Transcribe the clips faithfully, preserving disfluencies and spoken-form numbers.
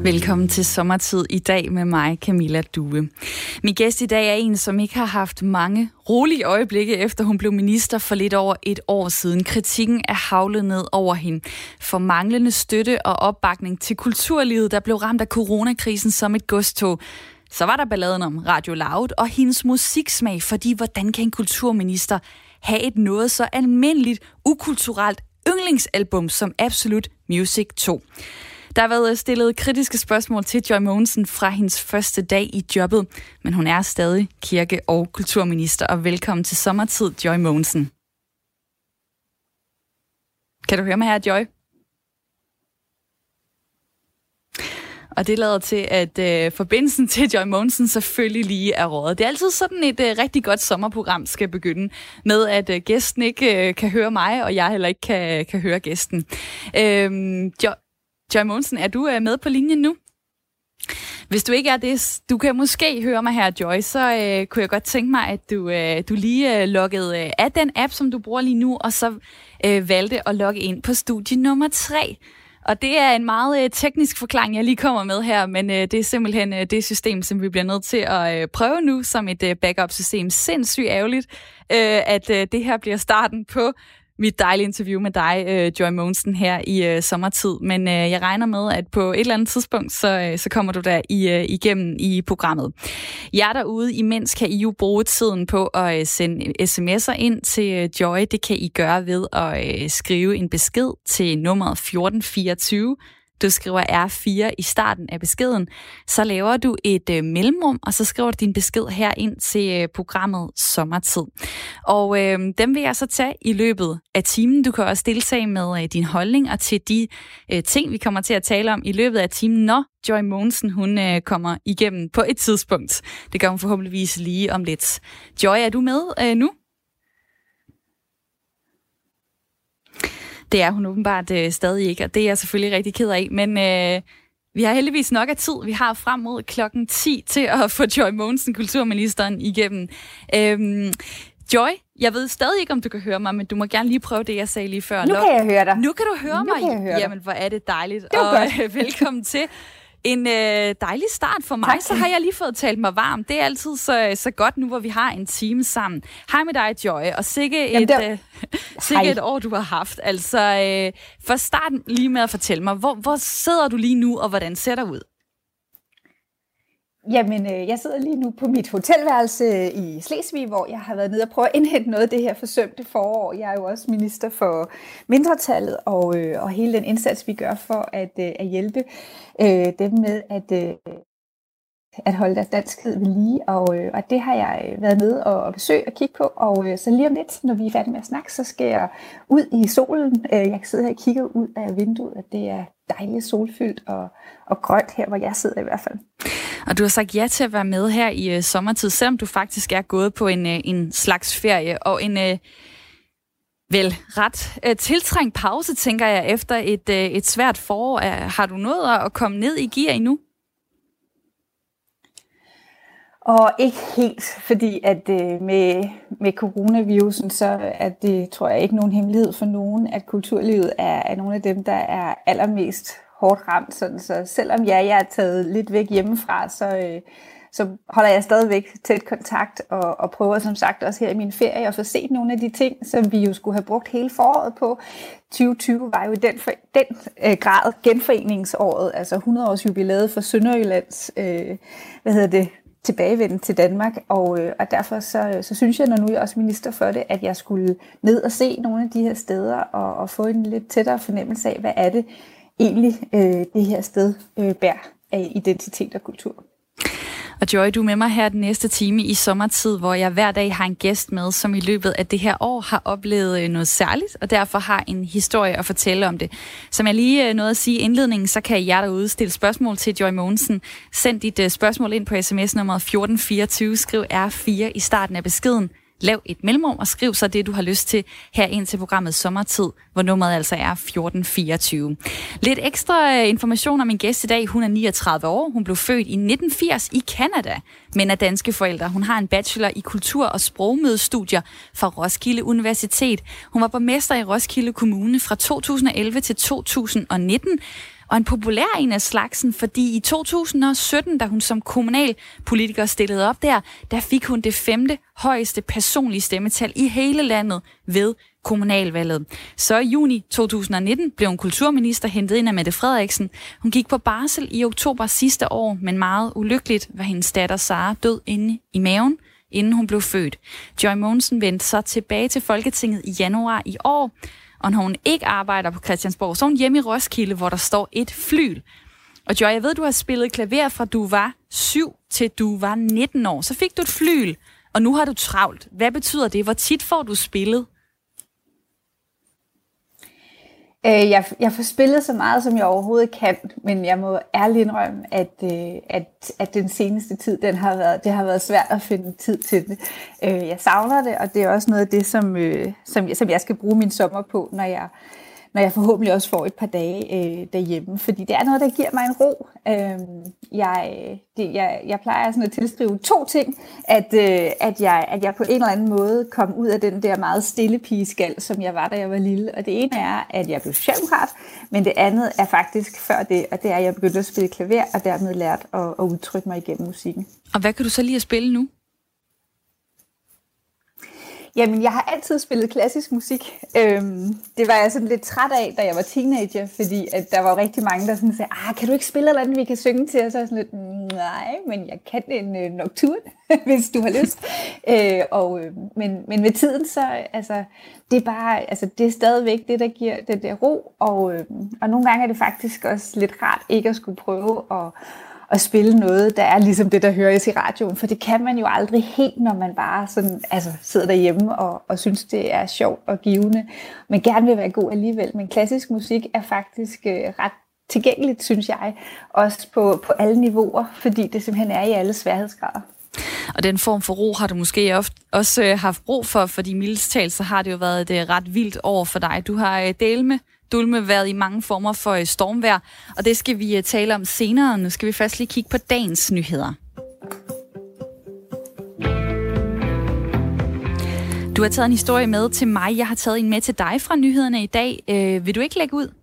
Velkommen til Sommertid i dag med mig, Camilla Due. Min gæst i dag er en, som ikke har haft mange rolige øjeblikke, efter hun blev minister for lidt over et år siden. Kritikken er haglet ned over hende for manglende støtte og opbakning til kulturlivet, der blev ramt af coronakrisen som et godstog. Så var der balladen om Radio Loud og hendes musiksmag, fordi hvordan kan en kulturminister have et noget så almindeligt, ukulturelt yndlingsalbum som Absolute Music to? Der har været stillet kritiske spørgsmål til Joy Mogensen fra hendes første dag i jobbet, men hun er stadig kirke- og kulturminister, og velkommen til Sommertid, Joy Mogensen. Kan du høre mig her, Joy? Og det lader til, at øh, forbindelsen til Joy Mogensen selvfølgelig lige er rådet. Det er altid sådan et øh, rigtig godt sommerprogram skal begynde med, at øh, gæsten ikke øh, kan høre mig, og jeg heller ikke kan, kan høre gæsten. Øh, jo Joy Mogensen, er du med på linjen nu? Hvis du ikke er det, du kan måske høre mig her, Joy, så øh, kunne jeg godt tænke mig, at du, øh, du lige øh, loggede øh, af den app, som du bruger lige nu, og så øh, valgte at logge ind på studie nummer tre. Og det er en meget øh, teknisk forklaring, jeg lige kommer med her, men øh, det er simpelthen øh, det system, som vi bliver nødt til at øh, prøve nu som et øh, backup-system. Sindssygt ærgerligt, øh, at øh, det her bliver starten på mit dejlige interview med dig, øh, Joy Mogensen, her i øh, sommertid. Men øh, jeg regner med, at på et eller andet tidspunkt, så, øh, så kommer du der i, øh, igennem i programmet. Jer derude, imens kan I jo bruge tiden på at øh, sende sms'er ind til øh, Joy. Det kan I gøre ved at øh, skrive en besked til nummeret fjorten fireogtyve. Du skriver R fire i starten af beskeden, så laver du et øh, mellemrum, og så skriver du din besked her ind til øh, programmet Sommertid. Og øh, dem vil jeg så tage i løbet af timen. Du kan også deltage med øh, din holdning og til de øh, ting, vi kommer til at tale om i løbet af timen, når Joy Mogensen hun øh, kommer igennem på et tidspunkt. Det gør hun forhåbentligvis lige om lidt. Joy, er du med øh, nu? Det er hun åbenbart øh, stadig ikke, og det er jeg selvfølgelig rigtig ked af. Men øh, vi har heldigvis nok af tid. Vi har frem mod klokken ti til at få Joy Mogensen, kulturministeren, igennem. Øhm, Joy, jeg ved stadig ikke, om du kan høre mig, men du må gerne lige prøve det, jeg sagde lige før. Nu kan jeg høre dig. Nu kan du høre nu mig? Kan jeg høre Jamen, hvor er det dejligt. Det og godt. Velkommen til. En øh, dejlig start for mig, tak. Så har jeg lige fået talt mig varm. Det er altid så, så godt nu, hvor vi har en time sammen. Hej med dig, Joy, og sikke, Jamen, et, det... øh, sikke et år, du har haft. Altså, øh, for starten lige med at fortælle mig, hvor, hvor sidder du lige nu, og hvordan ser det ud? Jamen, øh, jeg sidder lige nu på mit hotelværelse i Slesvig, hvor jeg har været nede og prøve at indhente noget af det her forsømte forår. Jeg er jo også minister for mindretallet og, øh, og hele den indsats, vi gør for at, øh, at hjælpe øh, dem med at, øh, at holde deres danskhed ved lige. Og, øh, og det har jeg været nede og, og besøge og kigge på. Og øh, så lige om lidt, når vi er færdige med at snakke, så skal jeg ud i solen. Øh, jeg kan sidde her og kigge ud af vinduet, og det er dejligt solfyldt og, og grønt her, hvor jeg sidder i hvert fald. Og du har sagt ja til at være med her i øh, sommertid, selvom du faktisk er gået på en, øh, en slags ferie og en øh, vel ret øh, tiltrængt pause, tænker jeg, efter et, øh, et svært forår. Har du nået at komme ned i gear endnu? Og ikke helt, fordi at øh, med, med coronavirusen, så er det, tror jeg, ikke nogen hemmelighed for nogen, at kulturlivet er, er nogle af dem, der er allermest hårdt ramt. Sådan, så selvom ja, jeg er taget lidt væk hjemmefra, så, øh, så holder jeg stadigvæk tæt kontakt og, og prøver som sagt også her i min ferie at få set nogle af de ting, som vi jo skulle have brugt hele foråret på. tyve tyve var jo i den, for, den øh, grad genforeningsåret, altså hundrede års jubilæet for Sønderjyllands, øh, hvad hedder det, tilbagevenden til Danmark, og, øh, og derfor så, så synes jeg, når nu jeg er også minister for det, at jeg skulle ned og se nogle af de her steder og, og få en lidt tættere fornemmelse af, hvad er det egentlig øh, det her sted øh, bærer af identitet og kultur. Og Joy, du er med mig her den næste time i sommertid, hvor jeg hver dag har en gæst med, som i løbet af det her år har oplevet noget særligt, og derfor har en historie at fortælle om det. Som jeg lige nåede at sige i indledningen, så kan jer derude stille spørgsmål til Joy Mogensen. Send dit spørgsmål ind på sms-nummeret fjorten fireogtyve, skriv R fire i starten af beskeden. Lav et mellemrum og skriv så det, du har lyst til her ind til programmet Sommertid, hvor nummeret altså er fjorten fireogtyve. Lidt ekstra information om min gæst i dag. Hun er niogtredive år. Hun blev født i nitten firs i Canada, men er danske forældre. Hun har en bachelor i kultur- og sprogmødestudier fra Roskilde Universitet. Hun var borgmester i Roskilde Kommune fra to tusind og elleve til to tusind og nitten, Og en populær en af slagsen, fordi i to tusind og sytten, da hun som kommunalpolitiker stillede op der, der fik hun det femte højeste personlige stemmetal i hele landet ved kommunalvalget. Så i juni to tusind og nitten blev hun kulturminister, hentet ind af Mette Frederiksen. Hun gik på barsel i oktober sidste år, men meget ulykkeligt var hendes datter Sara død inde i maven, inden hun blev født. Joy Mogensen vendte så tilbage til Folketinget i januar i år, og når hun ikke arbejder på Christiansborg, så er hun hjemme i Roskilde, hvor der står et flyl. Og Joy, jeg ved, du har spillet klaver fra du var syv til du var nitten år. Så fik du et flyl, og nu har du travlt. Hvad betyder det? Hvor tit får du spillet? Jeg, jeg får spillet så meget, som jeg overhovedet kan, men jeg må ærligt indrømme, at, at, at den seneste tid, den har været, det har været svært at finde tid til det. Jeg savner det, og det er også noget af det, som, som, som jeg skal bruge min sommer på, når jeg, når jeg forhåbentlig også får et par dage øh, derhjemme, fordi det er noget, der giver mig en ro. Øh, jeg, det, jeg, jeg plejer sådan at tilskrive to ting, at, øh, at, jeg, at jeg på en eller anden måde kom ud af den der meget stille pigeskald, som jeg var, da jeg var lille. Og det ene er, at jeg blev socialdemokrat, men det andet er faktisk før det, og det er, at jeg begyndte at spille klaver, og dermed lært at, at udtrykke mig igennem musikken. Og hvad kan du så lide at spille nu? Jamen, jeg har altid spillet klassisk musik. Øhm, det var jeg sådan lidt træt af, da jeg var teenager, fordi at der var rigtig mange, der sådan sagde, ah, kan du ikke spille eller andet, vi kan synge til? Og så er jeg sådan lidt, nej, men jeg kan en øh, nocturne, hvis du har lyst. øh, og, øh, men, men med tiden, så altså, det er bare, altså, det er stadigvæk det, der giver den der ro. Og, øh, og nogle gange er det faktisk også lidt rart ikke at skulle prøve at at spille noget, der er ligesom det, der høres i radioen. For det kan man jo aldrig helt, når man bare sådan, altså, sidder derhjemme og, og synes, det er sjovt og givende, men gerne vil være god alligevel. Men klassisk musik er faktisk øh, ret tilgængeligt, synes jeg, også på, på alle niveauer, fordi det simpelthen er i alle sværhedsgrader. Og den form for ro har du måske ofte også øh, haft brug for, fordi mildest talt, så har det jo været et øh, ret vildt år for dig. Du har øh, delt med Dulme været i mange former for stormvejr, og det skal vi tale om senere. Nu skal vi først lige kigge på dagens nyheder. Du har taget en historie med til mig. Jeg har taget en med til dig fra nyhederne i dag. Øh, vil du ikke lægge ud?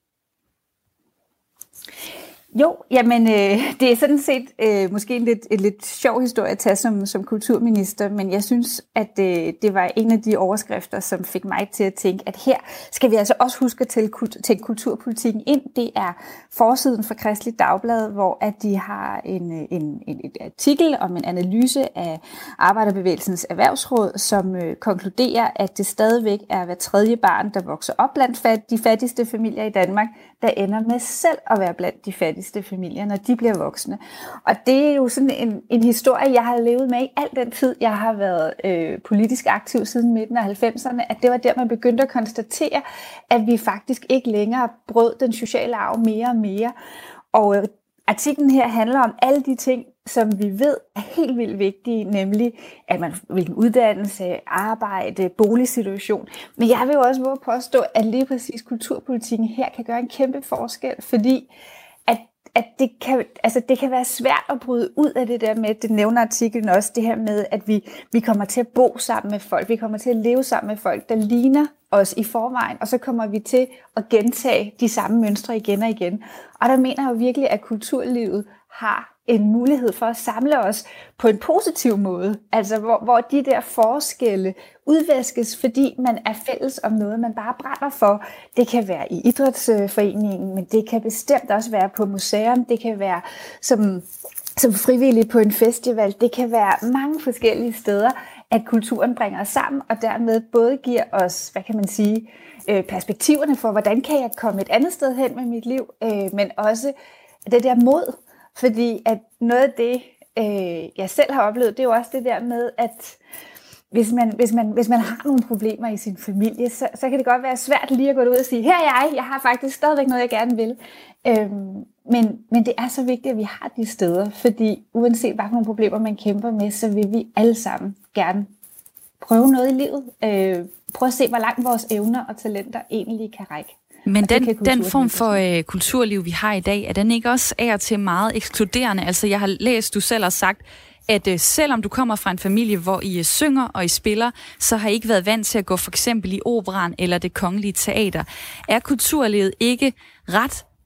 Jo, jamen øh, det er sådan set øh, måske en lidt, et lidt sjov historie at tage som, som kulturminister, men jeg synes, at øh, det var en af de overskrifter, som fik mig til at tænke, at her skal vi altså også huske at tænke kulturpolitikken ind. Det er forsiden for Kristeligt Dagblad, hvor at de har en, en, en et artikel om en analyse af Arbejderbevægelsens Erhvervsråd, som øh, konkluderer, at det stadigvæk er hver tredje barn, der vokser op blandt fat, de fattigste familier i Danmark, der ender med selv at være blandt de fattigste familier, når de bliver voksne. Og det er jo sådan en, en historie, jeg har levet med i al den tid, jeg har været øh, politisk aktiv siden midten af halvfemserne, at det var der, man begyndte at konstatere, at vi faktisk ikke længere brød den sociale arv mere og mere. Og øh, artiklen her handler om alle de ting, som vi ved er helt vildt vigtige, nemlig at man hvilken uddannelse, arbejde, boligsituation. Men jeg vil jo også våge påstå, at lige præcis kulturpolitikken her kan gøre en kæmpe forskel, fordi at at det kan, altså det kan være svært at bryde ud af det der med, det nævner artiklen også, det her med, at vi, vi kommer til at bo sammen med folk, vi kommer til at leve sammen med folk, der ligner os i forvejen, og så kommer vi til at gentage de samme mønstre igen og igen. Og der mener jeg jo virkelig, at kulturlivet har en mulighed for at samle os på en positiv måde, altså hvor, hvor de der forskelle udvæskes, fordi man er fælles om noget, man bare brænder for. Det kan være i idrætsforeningen, men det kan bestemt også være på museum, det kan være som, som frivillig på en festival, det kan være mange forskellige steder, at kulturen bringer os sammen, og dermed både giver os, hvad kan man sige, perspektiverne for, hvordan kan jeg komme et andet sted hen med mit liv, men også det der mod. Fordi at noget af det, øh, jeg selv har oplevet, det er jo også det der med, at hvis man, hvis man, hvis man har nogle problemer i sin familie, så, så kan det godt være svært lige at gå ud og sige, her er jeg, jeg har faktisk stadigvæk noget, jeg gerne vil. Øhm, men, men det er så vigtigt, at vi har de steder, fordi uanset hvad for nogle problemer man kæmper med, så vil vi alle sammen gerne prøve noget i livet. Øh, prøve at se, hvor langt vores evner og talenter egentlig kan række. Men den, den form for øh, kulturliv, vi har i dag, er den ikke også af og til meget ekskluderende? Altså, jeg har læst, du selv har sagt, at øh, selvom du kommer fra en familie, hvor I øh, synger og I spiller, så har I ikke været vant til at gå for eksempel i operan eller det kongelige teater. Er kulturlivet ikke ret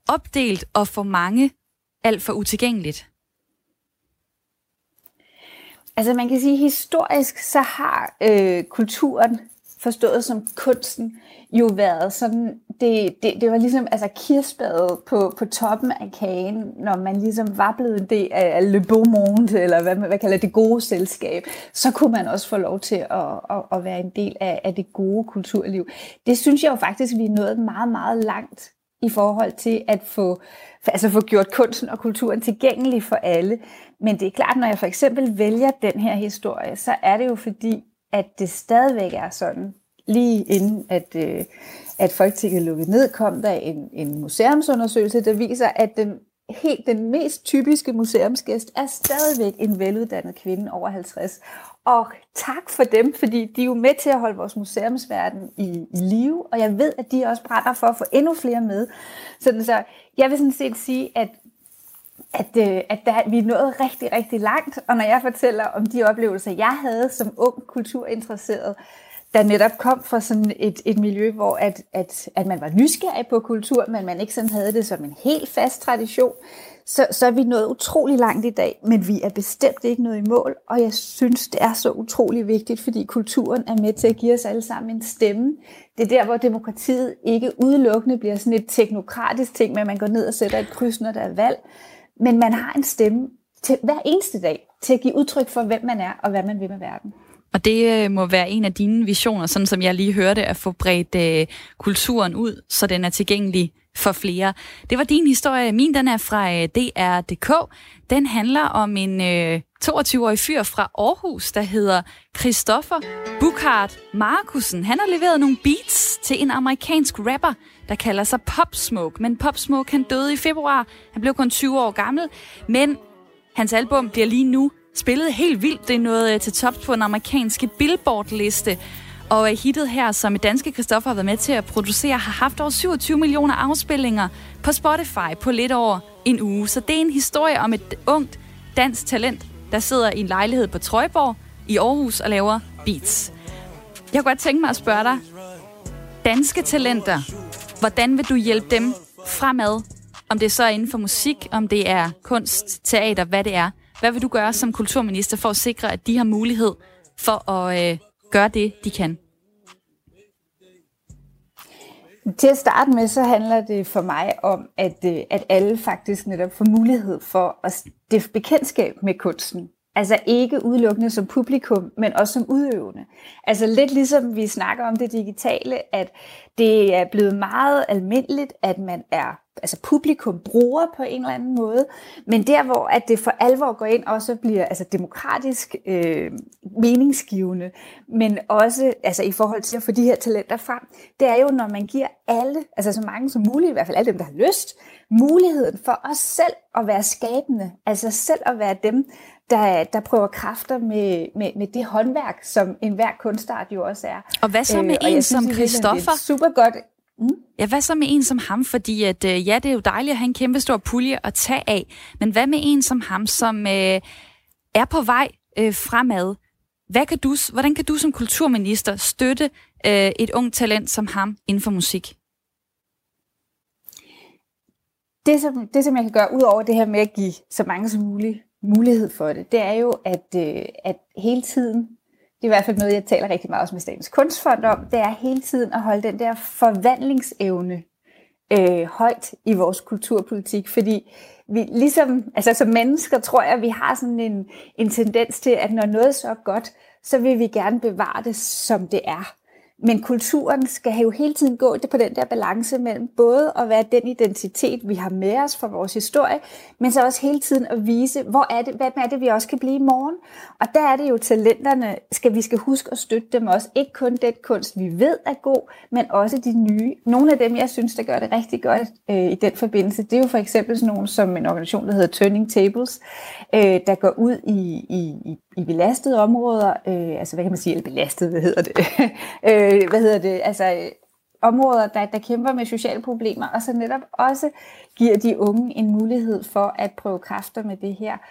opdelt og for mange alt for utilgængeligt? Altså man kan sige, historisk så har øh, kulturen, forstået som kunsten, jo været sådan, det, det, det var ligesom altså kirsebæret på, på toppen af kagen, når man ligesom var blevet en del af Le Beau Monde, eller hvad man hvad kalder det gode selskab, så kunne man også få lov til at, at, at være en del af, af det gode kulturliv. Det synes jeg jo faktisk, vi er nået meget, meget langt i forhold til at få, altså få gjort kunsten og kulturen tilgængelig for alle. Men det er klart, når jeg for eksempel vælger den her historie, så er det jo fordi, at det stadigvæk er sådan. Lige inden at, øh, at Folketinget lukkede ned, kom der en, en museumsundersøgelse, der viser, at den, helt den mest typiske museumsgæst er stadigvæk en veluddannet kvinde over halvtreds. Og tak for dem, fordi de er jo med til at holde vores museumsverden i, i live, og jeg ved, at de også brænder for at få endnu flere med. Sådan så jeg vil sådan set sige, at at, øh, at der, vi er nået rigtig, rigtig langt, og når jeg fortæller om de oplevelser, jeg havde som ung kulturinteresseret, der netop kom fra sådan et, et miljø, hvor at, at, at man var nysgerrig på kultur, men man ikke sådan havde det som en helt fast tradition, så, så er vi nået utrolig langt i dag, men vi er bestemt ikke nået i mål, og jeg synes, det er så utrolig vigtigt, fordi kulturen er med til at give os alle sammen en stemme. Det er der, hvor demokratiet ikke udelukkende bliver sådan et teknokratisk ting, med at man går ned og sætter et kryds, når der er valg, men man har en stemme til hver eneste dag til at give udtryk for, hvem man er og hvad man vil med verden. Og det øh, må være en af dine visioner, sådan som jeg lige hørte, at få bredt øh, kulturen ud, så den er tilgængelig for flere. Det var din historie. Min, den er fra øh, D R punktum d k. Den handler om en øh, toogtyve-årig fyr fra Aarhus, der hedder Christoffer Buchard Markussen. Han har leveret nogle beats til en amerikansk rapper, der kalder sig Pop Smoke. Men Pop Smoke, han døde i februar. Han blev kun tyve år gammel, men hans album bliver lige nu spillet helt vildt. Det er noget til tops på en amerikanske Billboard-liste. Og hittet her, som et danske Christoffer har været med til at producere, har haft over syvogtyve millioner afspillinger på Spotify på lidt over en uge. Så det er en historie om et ungt dansk talent, der sidder i en lejlighed på Trøjborg i Aarhus og laver beats. Jeg kunne godt tænke mig at spørge dig, danske talenter, hvordan vil du hjælpe dem fremad? Om det så er inden for musik, om det er kunst, teater, hvad det er. Hvad vil du gøre som kulturminister for at sikre, at de har mulighed for at øh, gøre det, de kan? Til at starte med, så handler det for mig om, at, øh, at alle faktisk netop får mulighed for at stifte bekendtskab med kunsten. Altså ikke udelukkende som publikum, men også som udøvende. Altså lidt ligesom vi snakker om det digitale, at det er blevet meget almindeligt, at man er altså publikum bruger på en eller anden måde, men der hvor at det for alvor går ind også bliver altså demokratisk øh, meningsgivende, men også altså i forhold til at få de her talenter frem, det er jo når man giver alle, altså så mange som muligt, i hvert fald alle dem der har lyst, muligheden for os selv at være skabende, altså selv at være dem der, der prøver kræfter med, med, med det håndværk, som enhver kunstart jo også er. Og hvad så med øh, en som Christoffer? Super godt. Mm. Ja, hvad så med en som ham? Fordi at, øh, ja, det er jo dejligt at have en kæmpe stor pulje at tage af. Men hvad med en som ham, som øh, er på vej øh, fremad? Hvad kan du, hvordan kan du som kulturminister støtte øh, et ungt talent som ham inden for musik? Det som, det, som jeg kan gøre, ud over det her med at give så mange som muligt mulighed for det, det er jo, at, øh, at hele tiden, det er i hvert fald noget, jeg taler rigtig meget også med Statens Kunstfond om, det er hele tiden at holde den der forvandlingsevne øh, højt i vores kulturpolitik, fordi vi ligesom, altså som mennesker tror jeg, vi har sådan en, en tendens til, at når noget er så godt, så vil vi gerne bevare det, som det er. Men kulturen skal jo hele tiden gå det på den der balance mellem både at være den identitet, vi har med os fra vores historie, men så også hele tiden at vise, hvor er det, hvad er det, vi også kan blive i morgen. Og der er det jo talenterne, skal vi skal huske at støtte dem også. Ikke kun den kunst, vi ved er god, men også de nye. Nogle af dem, jeg synes, der gør det rigtig godt øh, i den forbindelse, det er jo for eksempel sådan nogle som en organisation, der hedder Turning Tables, øh, der går ud i, i, i i belastede områder, øh, altså hvad kan man sige, eller belastede, hvad hedder det, øh, hvad hedder det, altså områder, der, der kæmper med sociale problemer, og så netop også giver de unge en mulighed for at prøve kræfter med det her.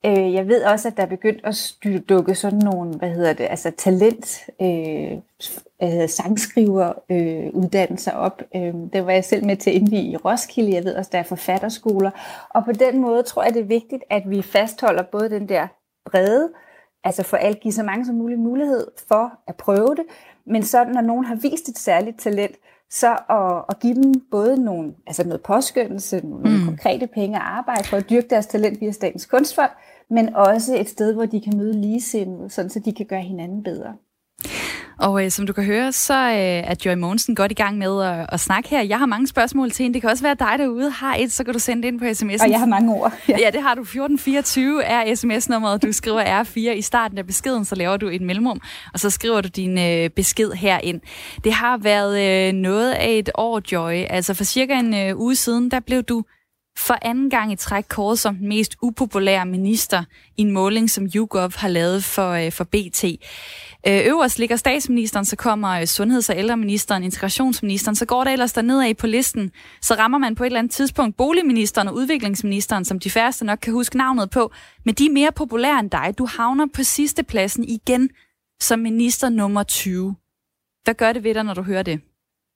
Øh, jeg ved også, at der er begyndt at dukke sådan nogle, hvad hedder det, altså talent, øh, hvad hedder, sangskriver øh, uddannelser op. Øh, det var jeg selv med til at indvie i Roskilde. Jeg ved også, der er forfatterskoler. Og på den måde tror jeg, det er vigtigt, at vi fastholder både den der brede, altså for at give så mange som muligt mulighed for at prøve det, men så når nogen har vist et særligt talent, så at, at give dem både nogle, altså noget påskyndelse, nogle mm. konkrete penge at arbejde for at dyrke deres talent via Statens Kunstfond, men også et sted, hvor de kan møde ligesindede, sådan så de kan gøre hinanden bedre. Og øh, som du kan høre, så øh, er Joy Mogensen godt i gang med at, at snakke her. Jeg har mange spørgsmål til hende. Det kan også være, at dig derude har et, så kan du sende det ind på sms'en. Og jeg har mange ord. Ja, ja det har du. fjorten fireogtyve er sms-nummeret. Du skriver R fire i starten af beskeden, så laver du et mellemrum, og så skriver du din øh, besked herind. Det har været øh, noget af et år, Joy. Altså for cirka en øh, uge siden, der blev du for anden gang i træk kåret som den mest upopulære minister i en måling, som YouGov har lavet for, øh, for B T. Øh, øverst ligger statsministeren, så kommer øh, sundheds- og ældreministeren, integrationsministeren, så går der ellers dernede af på listen. Så rammer man på et eller andet tidspunkt boligministeren og udviklingsministeren, som de færreste nok kan huske navnet på, men de er mere populære end dig. Du havner på sidste pladsen igen som minister nummer tyve. Hvad gør det ved dig, når du hører det?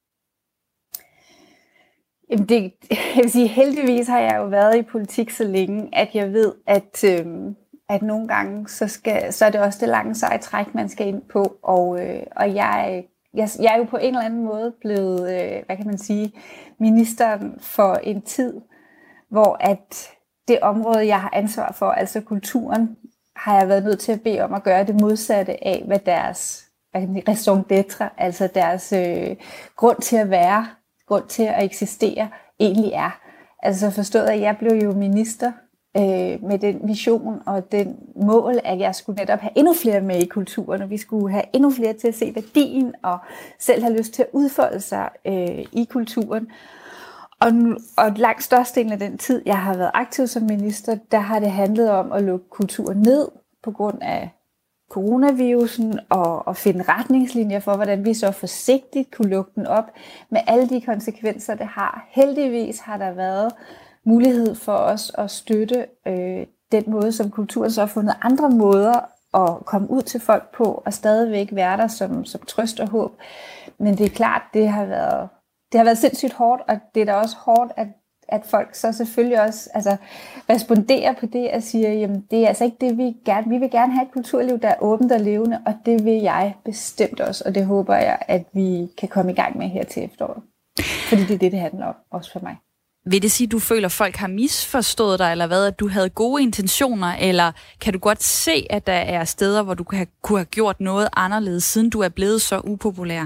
Jamen det, jeg vil sige, heldigvis har jeg jo været i politik så længe, at jeg ved, at, øhm, at nogle gange, så, skal, så er det også det lange seje træk, man skal ind på. Og, øh, og jeg, jeg, jeg er jo på en eller anden måde blevet, øh, hvad kan man sige, ministeren for en tid, hvor at det område, jeg har ansvar for, altså kulturen, har jeg været nødt til at bede om at gøre det modsatte af, hvad deres hvad kan man sige, raison d'être, altså deres øh, grund til at være, grund til at eksistere, egentlig er. Altså forstået, at jeg blev jo minister øh, med den vision og den mål, at jeg skulle netop have endnu flere med i kulturen, og vi skulle have endnu flere til at se værdien, og selv have lyst til at udfolde sig øh, i kulturen. Og, og langt størstedelen af den tid, jeg har været aktiv som minister, der har det handlet om at lukke kulturen ned på grund af coronavirusen og, og finde retningslinjer for, hvordan vi så forsigtigt kunne lukke den op med alle de konsekvenser, det har. Heldigvis har der været mulighed for os at støtte øh, den måde, som kulturen så har fundet andre måder at komme ud til folk på, og stadigvæk være der som, som trøst og håb. Men det er klart, det har været, det har været sindssygt hårdt, og det er da også hårdt, at at folk så selvfølgelig også altså, responderer på det og siger, jamen det er altså ikke det, vi gerne vi vil gerne have et kulturliv, der er åbent og levende, og det vil jeg bestemt også, og det håber jeg, at vi kan komme i gang med her til efteråret. Fordi det er det, det handler om, også for mig. Vil det sige, at du føler, at folk har misforstået dig, eller hvad, at du havde gode intentioner, eller kan du godt se, at der er steder, hvor du kunne have, kunne have gjort noget anderledes, siden du er blevet så upopulær?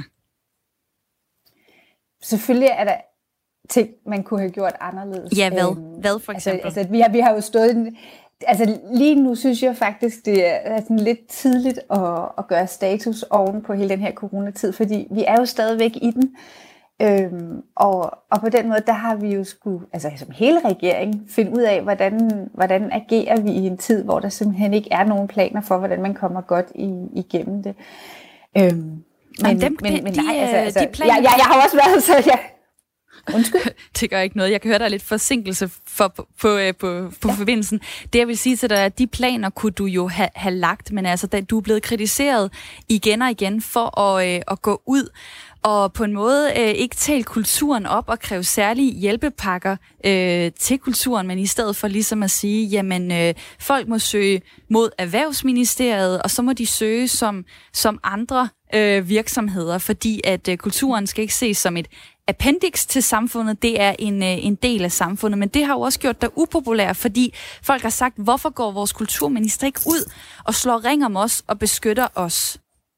Selvfølgelig er der ting, man kunne have gjort anderledes. Ja, hvad? Æm, hvad for eksempel? Altså, altså vi, har, vi har jo stået... Altså lige nu synes jeg faktisk, det er sådan lidt tidligt at, at gøre status oven på hele den her coronatid, fordi vi er jo stadigvæk i den. Øhm, og, og på den måde, der har vi jo skulle, altså som hele regeringen, finde ud af, hvordan, hvordan agerer vi i en tid, hvor der simpelthen ikke er nogen planer for, hvordan man kommer godt i, igennem det. Øhm, men, men, dem, men, men de, nej, altså, altså de planer... jeg, jeg, jeg har også været så... Jeg, Undskyld. Det gør ikke noget. Jeg kan høre, der er lidt forsinkelse for, på, på, på, på ja. forbindelsen. Det jeg vil sige til dig, at de planer kunne du jo have, have lagt, men altså, da du er blevet kritiseret igen og igen for at, øh, at gå ud og på en måde øh, ikke tale kulturen op og kræve særlige hjælpepakker øh, til kulturen, men i stedet for ligesom at sige, jamen øh, folk må søge mod Erhvervsministeriet, og så må de søge som, som andre øh, virksomheder, fordi at øh, kulturen skal ikke ses som et appendix til samfundet, det er en, en del af samfundet, men det har jo også gjort dig upopulær, fordi folk har sagt, hvorfor går vores kulturminister ikke ud og slår ring om os og beskytter os?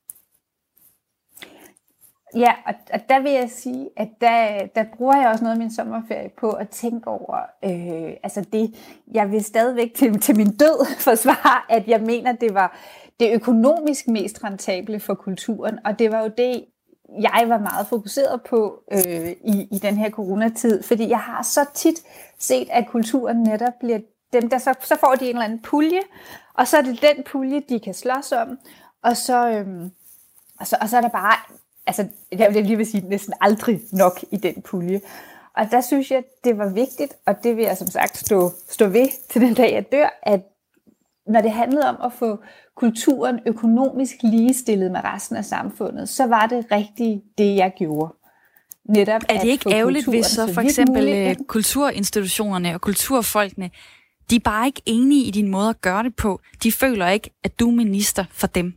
Ja, og, og der vil jeg sige, at der, der bruger jeg også noget af min sommerferie på at tænke over, øh, altså det, jeg vil stadigvæk til, til min død forsvare, at jeg mener, det var det økonomisk mest rentable for kulturen, og det var jo det, jeg var meget fokuseret på øh, i, i den her coronatid, fordi jeg har så tit set, at kulturen netop bliver dem, der så, så får de en eller anden pulje, og så er det den pulje, de kan slås om, og så, øhm, og så, og så er der bare, altså jeg vil lige vil sige, næsten aldrig nok i den pulje. Og der synes jeg, det var vigtigt, og det vil jeg som sagt stå, stå ved til den dag, jeg dør, at når det handlede om at få kulturen økonomisk ligestillet med resten af samfundet, så var det rigtigt det, jeg gjorde. Netop er det ikke ærgerligt, hvis så for eksempel muligt, kulturinstitutionerne og kulturfolkene, de er bare ikke enige i din måde at gøre det på? De føler ikke, at du er minister for dem?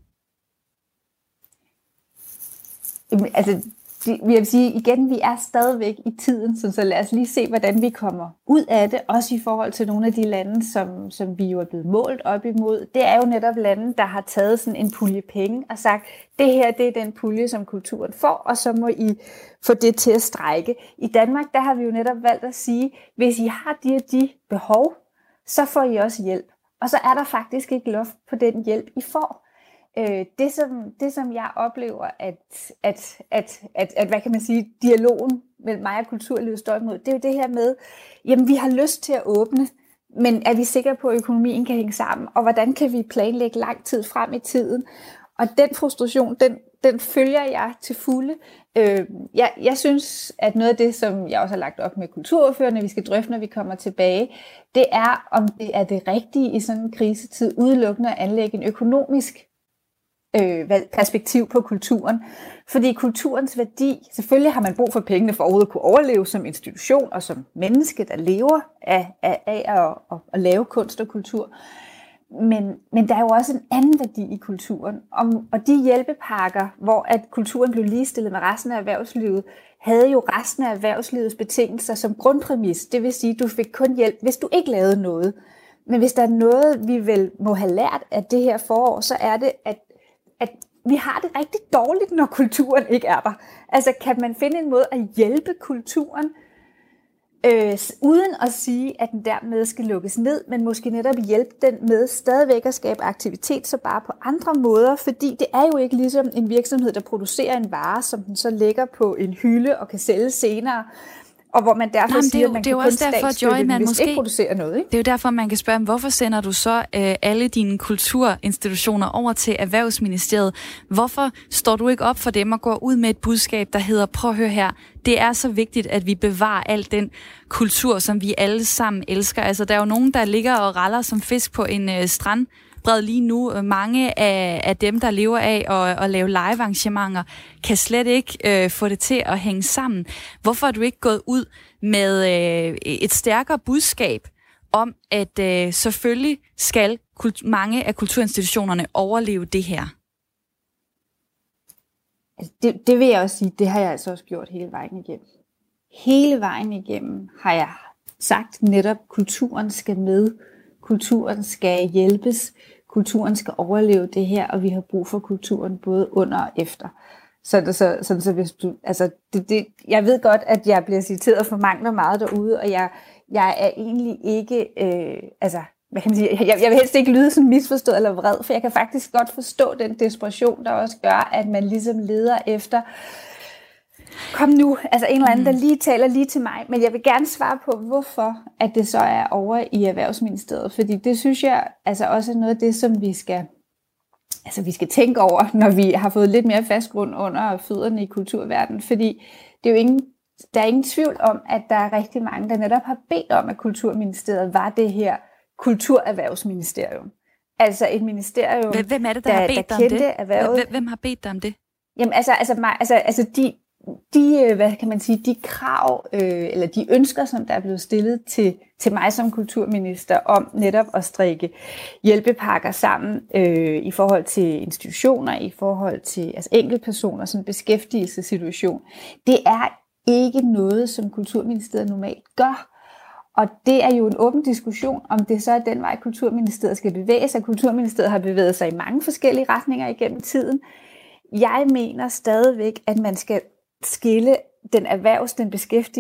Altså, de, vil jeg sige igen, vi er stadigvæk i tiden, så, så lad os lige se, hvordan vi kommer ud af det, også i forhold til nogle af de lande, som, som vi jo er blevet målt op imod. Det er jo netop lande, der har taget sådan en pulje penge og sagt, det her det er den pulje, som kulturen får, og så må I få det til at strække. I Danmark, der har vi jo netop valgt at sige, hvis I har de og de behov, så får I også hjælp. Og så er der faktisk ikke loft på den hjælp, I får. Det som, det, som jeg oplever, at, at, at, at, at, hvad kan man sige, dialogen mellem mig og kulturlivet står imod, det er jo det her med, jamen vi har lyst til at åbne, men er vi sikre på, at økonomien kan hænge sammen, og hvordan kan vi planlægge lang tid frem i tiden? Og den frustration, den, den følger jeg til fulde. Øh, jeg, jeg synes, at noget af det, som jeg også har lagt op med kulturordførerne, vi skal drøfte, når vi kommer tilbage, det er, om det er det rigtige i sådan en krisetid, udelukkende at anlægge en økonomisk Øh, perspektiv på kulturen. Fordi kulturens værdi, selvfølgelig har man brug for pengene for overhovedet at kunne overleve som institution og som menneske, der lever af, af, af at, at, at lave kunst og kultur. Men, men der er jo også en anden værdi i kulturen. Om, og de hjælpepakker, hvor at kulturen blev ligestillet med resten af erhvervslivet, havde jo resten af erhvervslivets betingelser som grundpræmis. Det vil sige, at du fik kun hjælp, hvis du ikke lavede noget. Men hvis der er noget, vi vel må have lært af det her forår, så er det, at at vi har det rigtig dårligt, når kulturen ikke er der. Altså kan man finde en måde at hjælpe kulturen, øh, uden at sige, at den dermed skal lukkes ned, men måske netop hjælpe den med stadigvæk at skabe aktivitet, så bare på andre måder, fordi det er jo ikke ligesom en virksomhed, der producerer en vare, som den så lægger på en hylde og kan sælge senere, og hvor man derfor Jamen, siger, jo, at man kan kun statsstøtte, hvis måske ikke producerer noget. Ikke? Det er jo derfor, man kan spørge, hvorfor sender du så øh, alle dine kulturinstitutioner over til Erhvervsministeriet? Hvorfor står du ikke op for dem og går ud med et budskab, der hedder, prøv at høre her, det er så vigtigt, at vi bevarer al den kultur, som vi alle sammen elsker. Altså, der er jo nogen, der ligger og raller som fisk på en øh, strand, bred lige nu. Mange af, af dem, der lever af at, at lave live-arrangementer, kan slet ikke øh, få det til at hænge sammen. Hvorfor er du ikke gået ud med øh, et stærkere budskab om, at øh, selvfølgelig skal kult- mange af kulturinstitutionerne overleve det her? Altså det, det vil jeg også sige, det har jeg altså også gjort hele vejen igennem. Hele vejen igennem har jeg sagt netop, at kulturen skal med. Kulturen skal hjælpes, kulturen skal overleve det her, og vi har brug for kulturen både under og efter. Så, det, så, så, så hvis du, altså det, det, jeg ved godt, at jeg bliver citeret for mangler meget derude, og jeg, jeg er egentlig ikke, øh, altså hvad kan man sige, jeg, jeg vil helst ikke lyde sådan misforstået eller vred, for jeg kan faktisk godt forstå den desperation, der også gør, at man ligesom leder efter, kom nu, altså en eller anden, der lige taler lige til mig, men jeg vil gerne svare på, hvorfor at det så er over i Erhvervsministeriet, fordi det synes jeg altså også er noget af det, som vi skal, altså vi skal tænke over, når vi har fået lidt mere fast grund under fødderne i kulturverdenen, fordi det er jo ingen, der er ingen tvivl om, at der er rigtig mange, der netop har bedt om, at Kulturministeriet var det her kulturerhvervsministerium. Altså et ministerium, hvem er det, der, der har bedt der dig om det? Erhvervet. Hvem har bedt dig om det? Jamen altså, altså, mig, altså, altså de, de, hvad kan man sige, de krav, øh, eller de ønsker, som der er blevet stillet til, til mig som kulturminister, om netop at strikke hjælpepakker sammen øh, i forhold til institutioner, i forhold til altså enkeltpersoner, som beskæftigelsessituation. Det er ikke noget, som Kulturministeriet normalt gør. Og det er jo en åben diskussion, om det så er den vej, Kulturministeriet skal bevæge sig. Kulturministeriet har bevæget sig i mange forskellige retninger igennem tiden. Jeg mener stadigvæk, at man skal skille den erhvervs-, den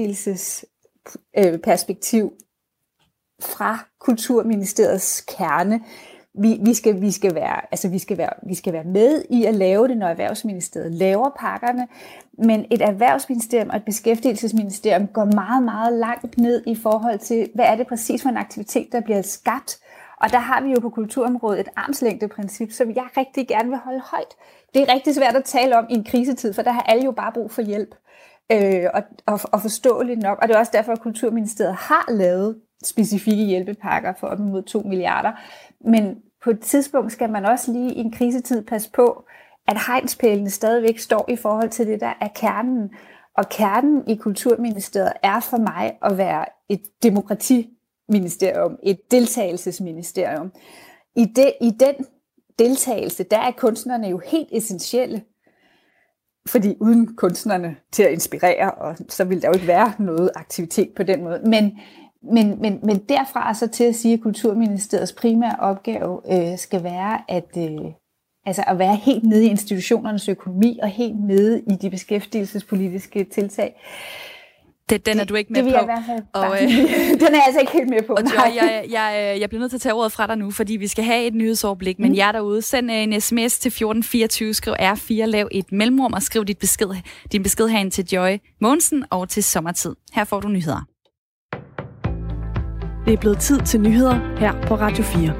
beskæftigelsesperspektiv fra Kulturministeriets kerne. Vi, vi, skal, vi, skal være, altså vi, skal være, vi skal være med i at lave det, når Erhvervsministeriet laver pakkerne, men et erhvervsministerium og et beskæftigelsesministerium går meget, meget langt ned i forhold til, hvad er det præcis for en aktivitet, der bliver skabt. Og der har vi jo på kulturområdet et armslængdeprincip, som jeg rigtig gerne vil holde højt. Det er rigtig svært at tale om i en krisetid, for der har alle jo bare brug for hjælp. Øh, og, og, og forståeligt nok. Og det er også derfor, at Kulturministeriet har lavet specifikke hjælpepakker for op imod to milliarder. Men, på et tidspunkt skal man også lige i en krisetid passe på, at hegnspælene stadigvæk står i forhold til det, der er kernen. Og kernen i Kulturministeriet er for mig at være et demokratiministerium, et deltagelsesministerium. I, det, i den deltagelse, der er kunstnerne jo helt essentielle. Fordi uden kunstnerne til at inspirere, og så vil der jo ikke være noget aktivitet på den måde. Men, men, men, men derfra så til at sige, at Kulturministeriets primære opgave øh, skal være at, øh, altså at være helt nede i institutionernes økonomi og helt nede i de beskæftigelsespolitiske tiltag. Det, den er du ikke med det, på. Det vil jeg i hvert fald og, øh, den er jeg altså ikke helt med på. Og Joy, jeg, jeg, jeg bliver nødt til at tage ordet fra dig nu, fordi vi skal have et nyhedsoverblik. Men mm. jer derude, send en sms til fjorten fireogtyve, skriv R fire, lav et mellemrum og skriv dit besked, din besked herind til Joy Mogensen og til sommertid. Her får du nyheder. Det er blevet tid til nyheder her på Radio fire.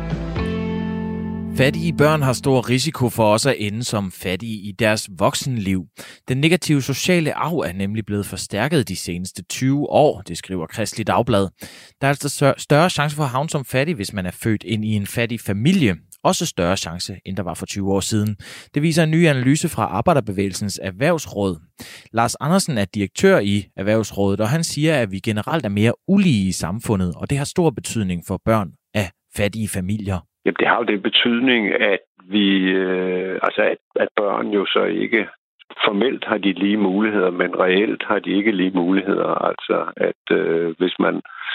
Fattige børn har stor risiko for også at ende som fattige i deres voksenliv. Den negative sociale arv er nemlig blevet forstærket de seneste tyve år, det skriver Kristeligt Dagblad. Der er altså større chance for at havne som fattig, hvis man er født ind i en fattig familie. Også større chance, end der var for tyve år siden. Det viser en ny analyse fra Arbejderbevægelsens Erhvervsråd. Lars Andersen er direktør i Erhvervsrådet, og han siger, at vi generelt er mere ulige i samfundet, og det har stor betydning for børn af fattige familier. Jamen, det har jo den betydning, at vi, øh, altså at, at børn jo så ikke formelt har de lige muligheder, men reelt har de ikke lige muligheder. Altså, at øh, hvis man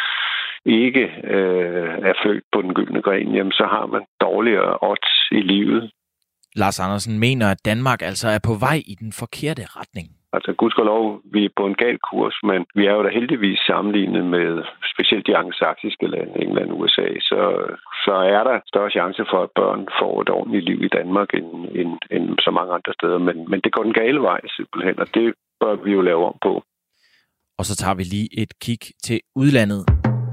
ikke øh, er født på den gyldne gren, jamen, så har man dårligere odds i livet. Lars Andersen mener, at Danmark altså er på vej i den forkerte retning. Altså, gudskelov, vi er på en gal kurs, men vi er jo da heldigvis sammenlignet med specielt de angelsaksiske lande, England og U S A, så, så er der større chance for, at børn får et ordentligt liv i Danmark end, end, end så mange andre steder. Men, men det går den gale vej simpelthen, og det bør vi jo lave om på. Og så tager vi lige et kig til udlandet.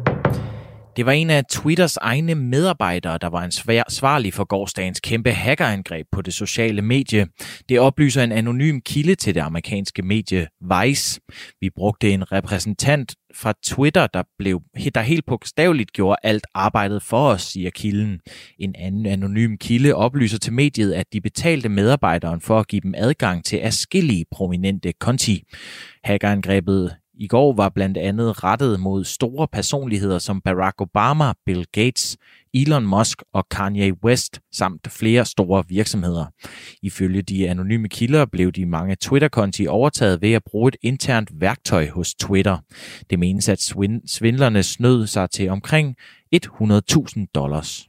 Det var en af Twitters egne medarbejdere, der var ansvarlig for gårsdagens kæmpe hackerangreb på det sociale medie. Det oplyser en anonym kilde til det amerikanske medie Vice. Vi brugte en repræsentant fra Twitter, der, blev, der helt bogstaveligt gjorde alt arbejdet for os, siger kilden. En anden anonym kilde oplyser til mediet, at de betalte medarbejderen for at give dem adgang til adskillige prominente konti. Hackerangrebet i går var blandt andet rettet mod store personligheder som Barack Obama, Bill Gates, Elon Musk og Kanye West samt flere store virksomheder. Ifølge de anonyme kilder blev de mange Twitter-konti overtaget ved at bruge et internt værktøj hos Twitter. Det menes, at svindlerne snød sig til omkring hundrede tusind dollars.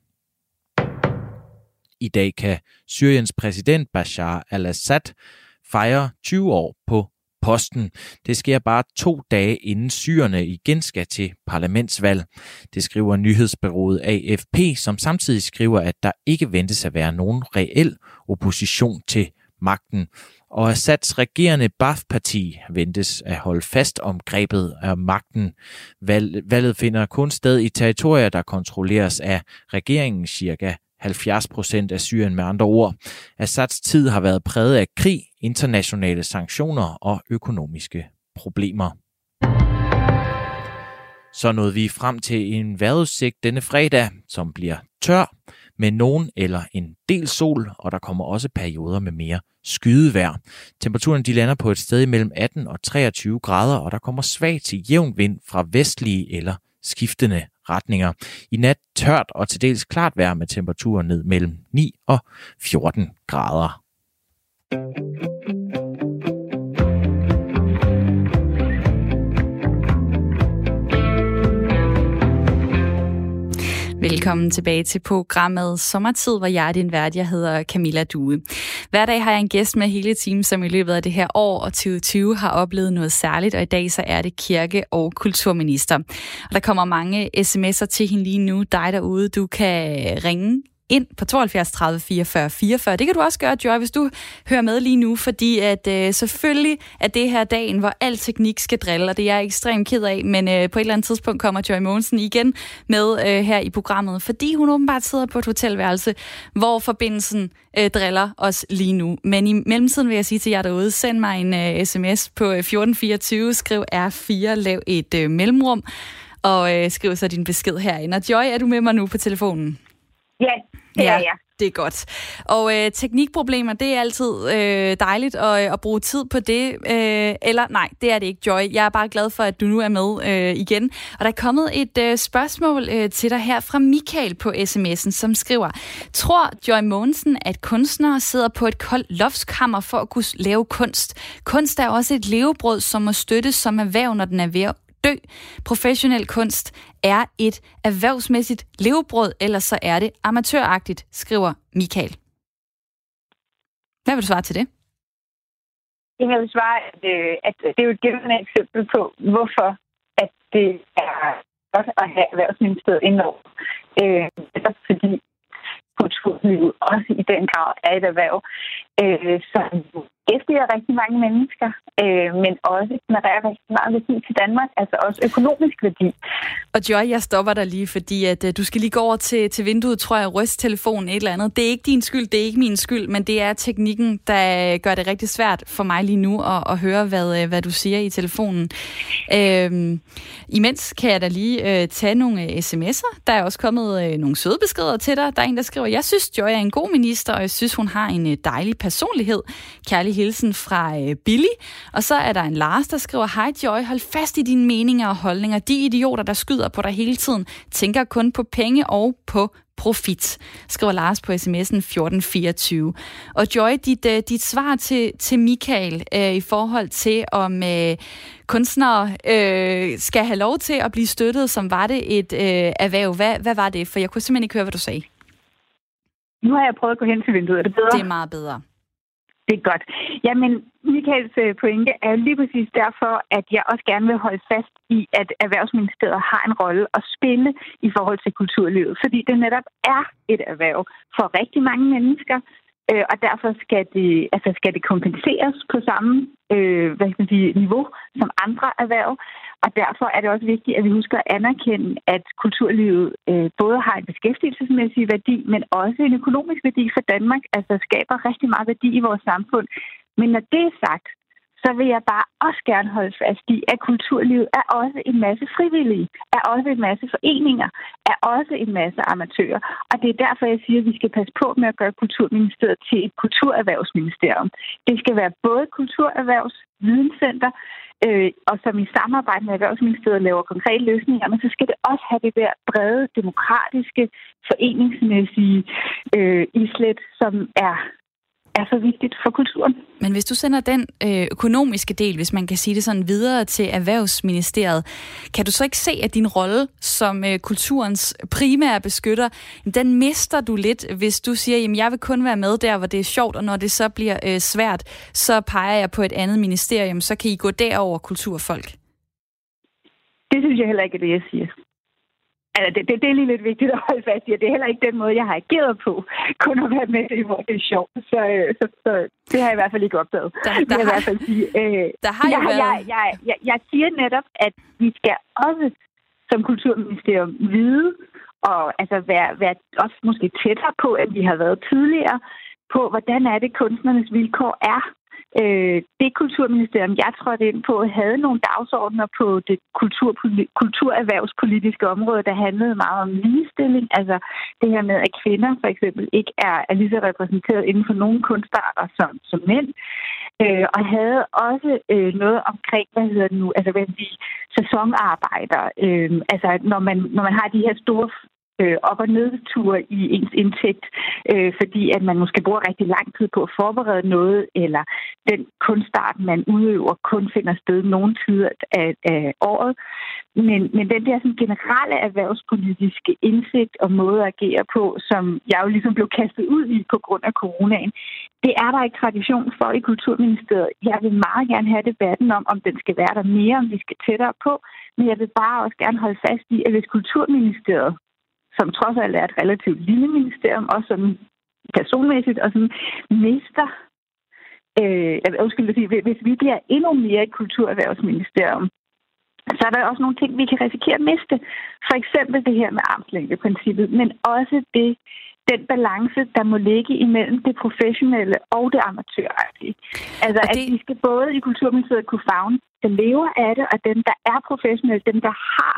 I dag kan Syriens præsident Bashar al-Assad fejre tyve år på posten. Det sker bare to dage inden syrerne igen skal til parlamentsvalg. Det skriver nyhedsbureauet A F P, som samtidig skriver, at der ikke ventes at være nogen reel opposition til magten. Og Assads regerende Baath-parti ventes at holde fast om grebet af magten. Valget finder kun sted i territorier, der kontrolleres af regeringen, cirka halvfjerds procent af Syrien med andre ord. Assads tid har været præget af krig, internationale sanktioner og økonomiske problemer. Så nåede vi frem til en vejrudsigt denne fredag, som bliver tør med nogen eller en del sol, og der kommer også perioder med mere skydevejr. Temperaturen de lander på et sted mellem atten og treogtyve grader, og der kommer svag til jævn vind fra vestlige eller skiftende retninger. I nat tørt og til dels klart vejr med temperaturer ned mellem ni og fjorten grader. Velkommen tilbage til programmet Sommertid, hvor jeg er din vært. Jeg hedder Camilla Due. Hver dag har jeg en gæst med hele teamet, som i løbet af det her år og tyve tyve har oplevet noget særligt, og i dag så er det kirke- og kulturminister. Og der kommer mange sms'er til hende lige nu. Dig derude, du kan ringe ind på tooghalvfjerds tredive fireogfyrre fireogfyrre. Det kan du også gøre, Joy, hvis du hører med lige nu, fordi at øh, selvfølgelig er det her dagen, hvor al teknik skal drille, og det er jeg ekstremt ked af, men øh, på et eller andet tidspunkt kommer Joy Mogensen igen med øh, her i programmet, fordi hun åbenbart sidder på et hotelværelse, hvor forbindelsen øh, driller os lige nu. Men i mellemtiden vil jeg sige til jer derude, send mig en øh, sms på fjorten fireogtyve, skriv R fire, lav et øh, mellemrum, og øh, skriv så din besked herinde. Og Joy, er du med mig nu på telefonen? Ja, Det ja. er jeg. Det er godt. Og øh, teknikproblemer, det er altid øh, dejligt at, at bruge tid på det. Øh, eller nej, det er det ikke, Joy. Jeg er bare glad for, at du nu er med øh, igen. Og der er kommet et øh, spørgsmål øh, til dig her fra Michael på sms'en, som skriver: Tror Joy Mogensen, at kunstnere sidder på et koldt loftskammer for at kunne lave kunst? Kunst er også et levebrød, som må støttes som erhverv, når den er ved at dø. Professionel kunst er et erhvervsmæssigt levebrød, eller så er det amatøragtigt, skriver Michael. Hvad vil du svare til det? Jeg vil svare, at, at det er jo et gældende eksempel på, hvorfor at det er godt at have Erhvervsministeriet indover. Øh, fordi kulturlivet også i den grad er et erhverv, øh, som beskæftiger rigtig mange mennesker, øh, men også genererer rigtig meget værdi til Danmark, altså også økonomisk værdi. Og Joy, jeg stopper dig lige, fordi at, uh, du skal lige gå over til, til vinduet, tror jeg, ryste telefonen et eller andet. Det er ikke din skyld, det er ikke min skyld, men det er teknikken, der gør det rigtig svært for mig lige nu at, at høre, hvad, hvad du siger i telefonen. Øhm, imens kan jeg da lige uh, tage nogle uh, sms'er. Der er også kommet uh, nogle søde beskeder til dig. Der er en, der skriver: Jeg synes, Joy er en god minister, og jeg synes, hun har en uh, dejlig personlighed. Kærlig hilsen fra uh, Billy. Og så er der en Lars, der skriver: Hej Joy, hold fast i dine meninger og holdninger. De idioter, der skyder på dig hele tiden, tænker kun på penge og på profit, skriver Lars på sms'en fjorten fireogtyve. Og Joy, dit, uh, dit svar til, til Michael uh, i forhold til, om uh, kunstnere uh, skal have lov til at blive støttet, som var det et uh, erhverv. Hvad, hvad var det? For jeg kunne simpelthen ikke høre, hvad du sagde. Nu har jeg prøvet at gå hen til vinduet. Er det bedre? Det er meget bedre. Det er godt. Jamen, Michaels pointe er lige præcis derfor, at jeg også gerne vil holde fast i, at Erhvervsministeriet har en rolle at spille i forhold til kulturlivet, fordi det netop er et erhverv for rigtig mange mennesker, øh, og derfor skal det, altså skal det kompenseres på samme øh, hvad skal man sige, niveau som andre erhverv. Og derfor er det også vigtigt, at vi husker at anerkende, at kulturlivet øh, både har en beskæftigelsesmæssig værdi, men også en økonomisk værdi for Danmark, altså skaber rigtig meget værdi i vores samfund. Men når det er sagt, så vil jeg bare også gerne holde fast i, at kulturlivet er også en masse frivillige, er også en masse foreninger, er også en masse amatører. Og det er derfor, jeg siger, at vi skal passe på med at gøre Kulturministeriet til et kulturerhvervsministerium. Det skal være både kulturerhvervsvidenscenter, øh, og som i samarbejde med Erhvervsministeriet laver konkrete løsninger, men så skal det også have det der brede, demokratiske, foreningsmæssige øh, islet, som er er så vigtigt for kulturen. Men hvis du sender den øh, økonomiske del, hvis man kan sige det sådan, videre til Erhvervsministeriet, kan du så ikke se, at din rolle som øh, kulturens primære beskytter, den mister du lidt, hvis du siger, jamen jeg vil kun være med der, hvor det er sjovt, og når det så bliver øh, svært, så peger jeg på et andet ministerium, så kan I gå derover, kulturfolk? Det synes jeg heller ikke er det, jeg siger. Altså, det, det, det er lige lidt vigtigt at holde fast i, at det er heller ikke den måde, jeg har ageret på, kun at være med det, hvor det er sjovt. Så, så, så det har jeg i hvert fald ikke opdaget. Der, der, har, i hvert fald sige. Øh, der har jeg, jo været... jeg, jeg, jeg, jeg siger netop, at vi skal også som kulturministerium vide, og altså være, være også måske tættere på, at vi har været tidligere, på hvordan er det, kunstnernes vilkår er. Øh, det kulturministerium, jeg trådte ind på, havde nogle dagsordner på det kultur, kulturerhvervspolitiske område, der handlede meget om ligestilling. Altså det her med, at kvinder for eksempel ikke er, er lige så repræsenteret inden for nogle kunstarter som, som mænd. Øh, og havde også øh, noget omkring, hvad hedder det nu, altså hvad de sæsonarbejder. Øh, altså når man, når man har de her store op- og nedture i ens indtægt, øh, fordi at man måske bruger rigtig lang tid på at forberede noget, eller den kunstart, man udøver, kun finder sted nogle tider af, af året. Men, men den der sådan, generelle erhvervspolitiske indsigt og måde at agere på, som jeg jo ligesom blev kastet ud i på grund af coronaen, det er der ikke tradition for i Kulturministeriet. Jeg vil meget gerne have debatten om, om den skal være der mere, om vi skal tættere på, men jeg vil bare også gerne holde fast i, at hvis Kulturministeriet, som trods alt er et relativt lille ministerium, også sådan personmæssigt, og sådan mister, øh, undskyld, hvis vi bliver endnu mere et kulturerhvervsministerium, så er der også nogle ting, vi kan risikere at miste. For eksempel det her med armslængdeprincippet, men også det, den balance, der må ligge imellem det professionelle og det amatøragtige. Altså, det... at vi skal både i Kulturministeriet kunne favne, der lever af det, og dem, der er professionelle, dem, der har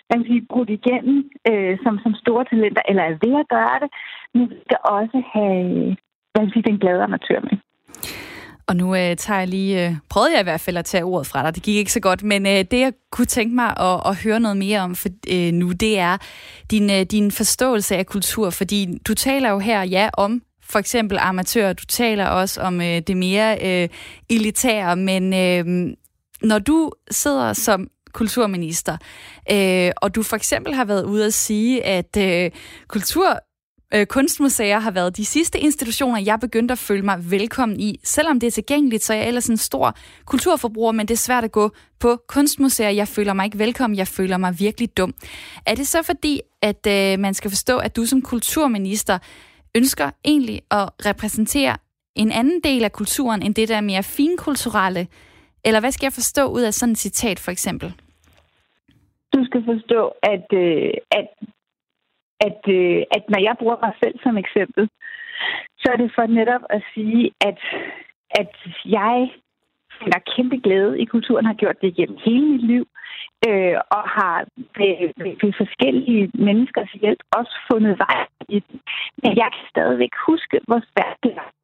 man kan sige, brudt igennem øh, som, som store talenter, eller er ved at gøre det, men vi skal også have, man kan sige, den glade amatør med. Og nu øh, tager jeg lige, øh, prøvede jeg i hvert fald at tage ordet fra dig, det gik ikke så godt, men øh, det jeg kunne tænke mig at, at høre noget mere om for, øh, nu, det er din, øh, din forståelse af kultur, fordi du taler jo her, ja, om for eksempel amatører, du taler også om øh, det mere øh, elitære, men øh, når du sidder som kulturminister, øh, og du for eksempel har været ude at sige, at øh, kultur Øh, kunstmuseer har været de sidste institutioner, jeg begyndte at føle mig velkommen i. Selvom det er tilgængeligt, så er jeg ellers en stor kulturforbruger, men det er svært at gå på kunstmuseer. Jeg føler mig ikke velkommen, jeg føler mig virkelig dum. Er det så fordi, at øh, man skal forstå, at du som kulturminister ønsker egentlig at repræsentere en anden del af kulturen, end det der mere finkulturelle? Eller hvad skal jeg forstå ud af sådan et citat, for eksempel? Du skal forstå, at, øh, at At, øh, at når jeg bruger mig selv som eksempel, så er det for netop at sige, at, at jeg finder kæmpe glæde i kulturen, har gjort det igennem hele mit liv, øh, og har ved, ved, ved forskellige menneskers hjælp også fundet vej i den. Men jeg kan stadigvæk huske, hvor svært det er.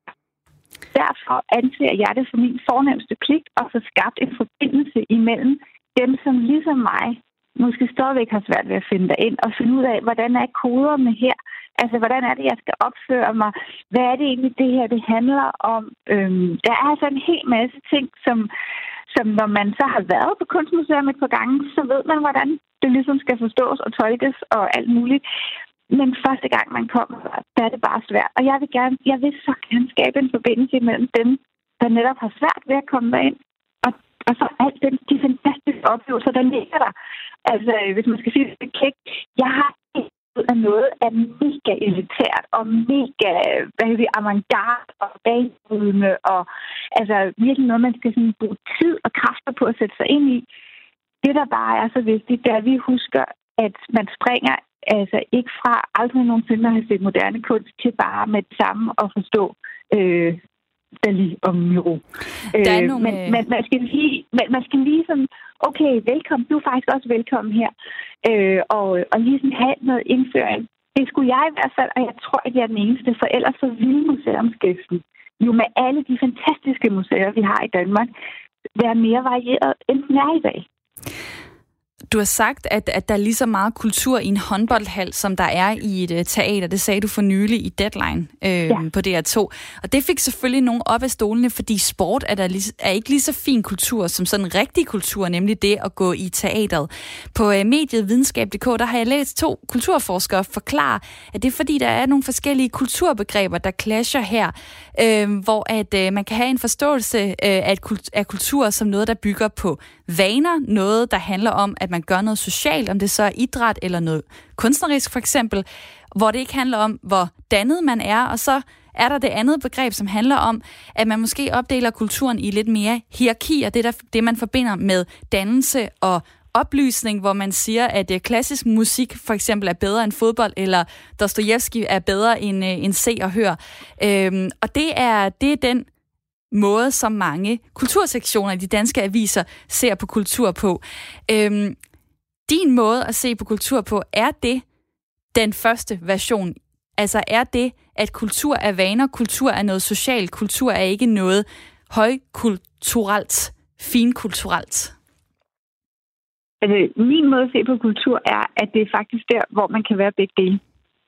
Derfor anser jeg det for min fornemmeste pligt at få skabt en forbindelse imellem dem, som ligesom mig måske stadigvæk har svært ved at finde dig ind og finde ud af, hvordan er koderne her? Altså, hvordan er det, jeg skal opføre mig? Hvad er det egentlig, det her det handler om? Øhm, der er altså en hel masse ting, som, som når man så har været på Kunstmuseum et par gange, så ved man, hvordan det ligesom skal forstås og tolkes og alt muligt. Men første gang, man kommer, der er det bare svært. Og jeg vil, gerne, jeg vil så gerne skabe en forbindelse mellem dem, der netop har svært ved at komme derind, og så alt den, de fantastiske oplevelser, der ligger der. Altså, hvis man skal sige det kægt, jeg har ikke ud af noget af mega elitært og mega, hvad hedder det, avantgarde og bagbrydende, og altså virkelig noget, man skal sådan bruge tid og kræfter på at sætte sig ind i. Det, der bare er så vigtigt, det er, at vi husker, at man springer altså ikke fra aldrig nogensinde at have set moderne kunst til bare med det samme at forstå øh, Dali og Miro. Øh, nogle... Men man, man, skal lige, man, man skal lige sådan, okay, velkommen, du er faktisk også velkommen her, øh, og, og lige sådan have noget indføring. Det skulle jeg i hvert fald, og jeg tror, at jeg er den eneste, for ellers så ville museumsgæsten jo med alle de fantastiske museer, vi har i Danmark, være mere varieret, end den er i dag. Du har sagt, at, at der er lige så meget kultur i en håndboldhal, som der er i et uh, teater. Det sagde du for nylig i Deadline øh, ja. på D R to. Og det fik selvfølgelig nogen op af stolene, fordi sport er, der lige, er ikke lige så fin kultur som sådan rigtig kultur, nemlig det at gå i teateret. På uh, mediet videnskab punktum d k, der har jeg læst to kulturforskere forklare, at det er fordi, der er nogle forskellige kulturbegreber, der clasher her, øh, hvor at øh, man kan have en forståelse øh, af, kult- af kultur som noget, der bygger på vaner, noget, der handler om, at man gør noget socialt, om det så er idræt eller noget kunstnerisk for eksempel, hvor det ikke handler om, hvor dannet man er, og så er der det andet begreb, som handler om, at man måske opdeler kulturen i lidt mere hierarkier, det, der, det man forbinder med dannelse og oplysning, hvor man siger, at klassisk musik for eksempel er bedre end fodbold, eller Dostojevskij er bedre end, end se og hør. Øhm, og det er, det er den måde, som mange kultursektioner i de danske aviser ser på kultur på. Øhm, din måde at se på kultur på, er det den første version? Altså er det, at kultur er vaner, kultur er noget socialt, kultur er ikke noget højkulturelt, finkulturelt? Altså, min måde at se på kultur er, at det er faktisk der, hvor man kan være begge dele.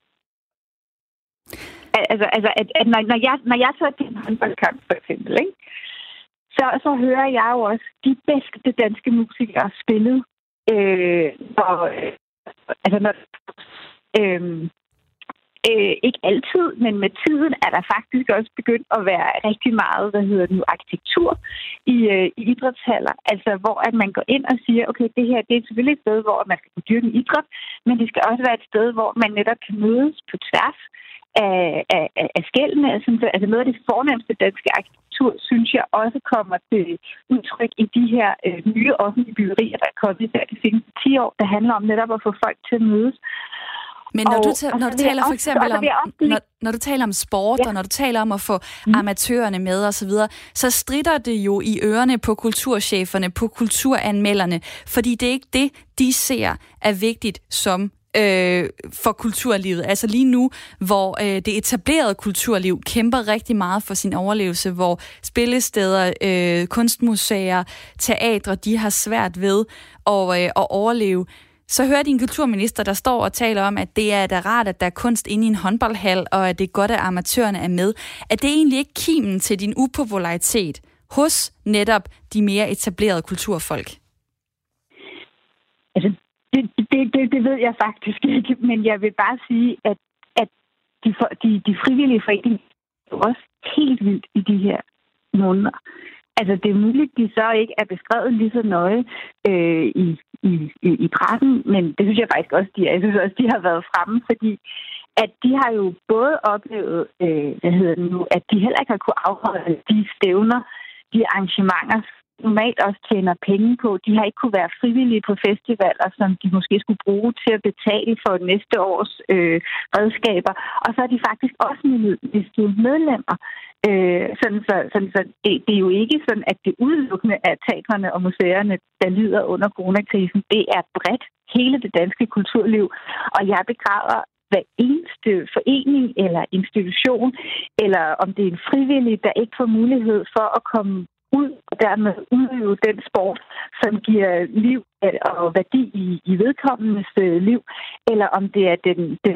Altså, altså at, at når, når, jeg, når jeg så til en håndboldkamp, for eksempel, ikke? Så, så hører jeg jo også de bedste danske musikere spille. Øh, og, øh, altså, når, øh, øh, ikke altid, men med tiden er der faktisk også begyndt at være rigtig meget, hvad hedder det nu, arkitektur i, øh, i idrætshaller. Altså, hvor at man går ind og siger, okay, det her det er selvfølgelig et sted, hvor man skal kunne dyrke idræt, men det skal også være et sted, hvor man netop kan mødes på tværs af, af, af skældene. Altså, altså noget af det fornemmeste danske arkitektur, synes jeg også kommer til udtryk i de her øh, nye offentlige byggerier, der er kommet især de seneste ti år, der handler om netop at få folk til at mødes. Men når og, du, ta- når du taler for eksempel om, når, når du taler om sport, ja. og når du taler om at få mm. amatørerne med og så videre, så stritter det jo i ørerne på kulturcheferne, på kulturanmelderne, fordi det er ikke det, de ser er vigtigt som øh, for kulturlivet. Altså lige nu, hvor øh, det etablerede kulturliv kæmper rigtig meget for sin overlevelse, hvor spillesteder, øh, kunstmuseer, teatre, de har svært ved at, øh, at overleve. Så hører din kulturminister, der står og taler om, at det er da rart, at der er kunst inde i en håndboldhal, og at det er godt, at amatørerne er med. Er det egentlig ikke kimen til din upopularitet hos netop de mere etablerede kulturfolk? Altså, det, det, det, det ved jeg faktisk ikke, men jeg vil bare sige, at, at de, de, de frivillige foreninger er også helt vildt i de her måneder. Altså, det er muligt, de så ikke er beskrevet lige så nøje øh, i, i, i pressen, men det synes jeg faktisk også, de er. Jeg synes også, de har været fremme, fordi at de har jo både oplevet, øh, hvad hedder det nu, at de heller ikke har kunne afholde de stævner, de arrangementer, normalt også tjener penge på. De har ikke kunne være frivillige på festivaler, som de måske skulle bruge til at betale for næste års øh, redskaber. Og så er de faktisk også mistet medlemmer. Øh, sådan så, sådan så det, det er jo ikke sådan, at det udelukkende er teatrene og museerne, der lider under coronakrisen. Det er bredt hele det danske kulturliv. Og jeg begræder hver eneste forening eller institution, eller om det er en frivillig, der ikke får mulighed for at komme ud og dermed udøve den sport, som giver liv og værdi i, i vedkommendes liv, eller om det er den, den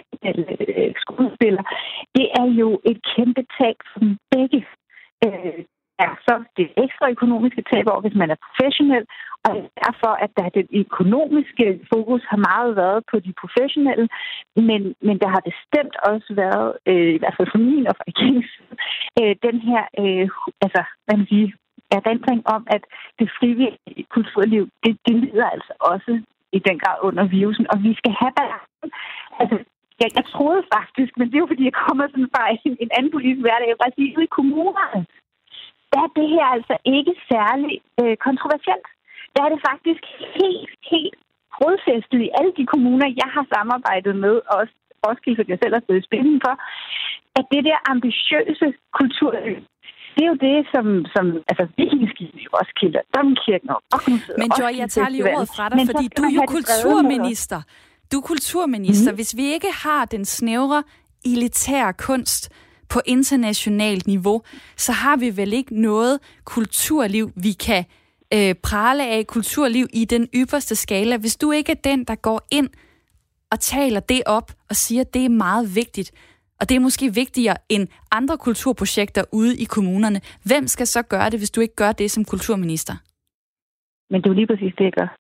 eller skuespiller. Det er jo et kæmpe tab for dem begge. Øh, er så det ekstra økonomiske tab over, hvis man er professionel, og derfor, at der den økonomiske fokus har meget været på de professionelle, men, men der har bestemt også været, øh, i hvert fald for min og for regeringens øh, den her, øh, altså, hvad man siger, erindring om, at det frivillige kulturliv, det, det lider altså også i den grad under virusen, og vi skal have balance. Altså, jeg, jeg troede faktisk, men det er jo fordi, jeg kommer sådan fra en, en anden politisk hverdag, jeg vil bare sige, ude i kommunerne, der er det her altså ikke særlig øh, kontroversielt. Der er det faktisk helt, helt rodfæstet i alle de kommuner, jeg har samarbejdet med, og også Roskilde, som jeg selv har stået i spidsen for, at det der ambitiøse kulturliv, det er jo det, som, som altså, vikingeskibet i Roskilde, Domkirken og Roskilde. Men Joy, jeg tager lige ordet fra dig, men fordi du er jo kulturminister. Du er kulturminister. Mm. Hvis vi ikke har den snævre, elitære kunst på internationalt niveau, så har vi vel ikke noget kulturliv, vi kan øh, prale af, kulturliv i den ypperste skala. Hvis du ikke er den, der går ind og taler det op og siger, at det er meget vigtigt, og det er måske vigtigere end andre kulturprojekter ude i kommunerne, hvem skal så gøre det, hvis du ikke gør det som kulturminister? Men det er jo lige præcis det, jeg gør.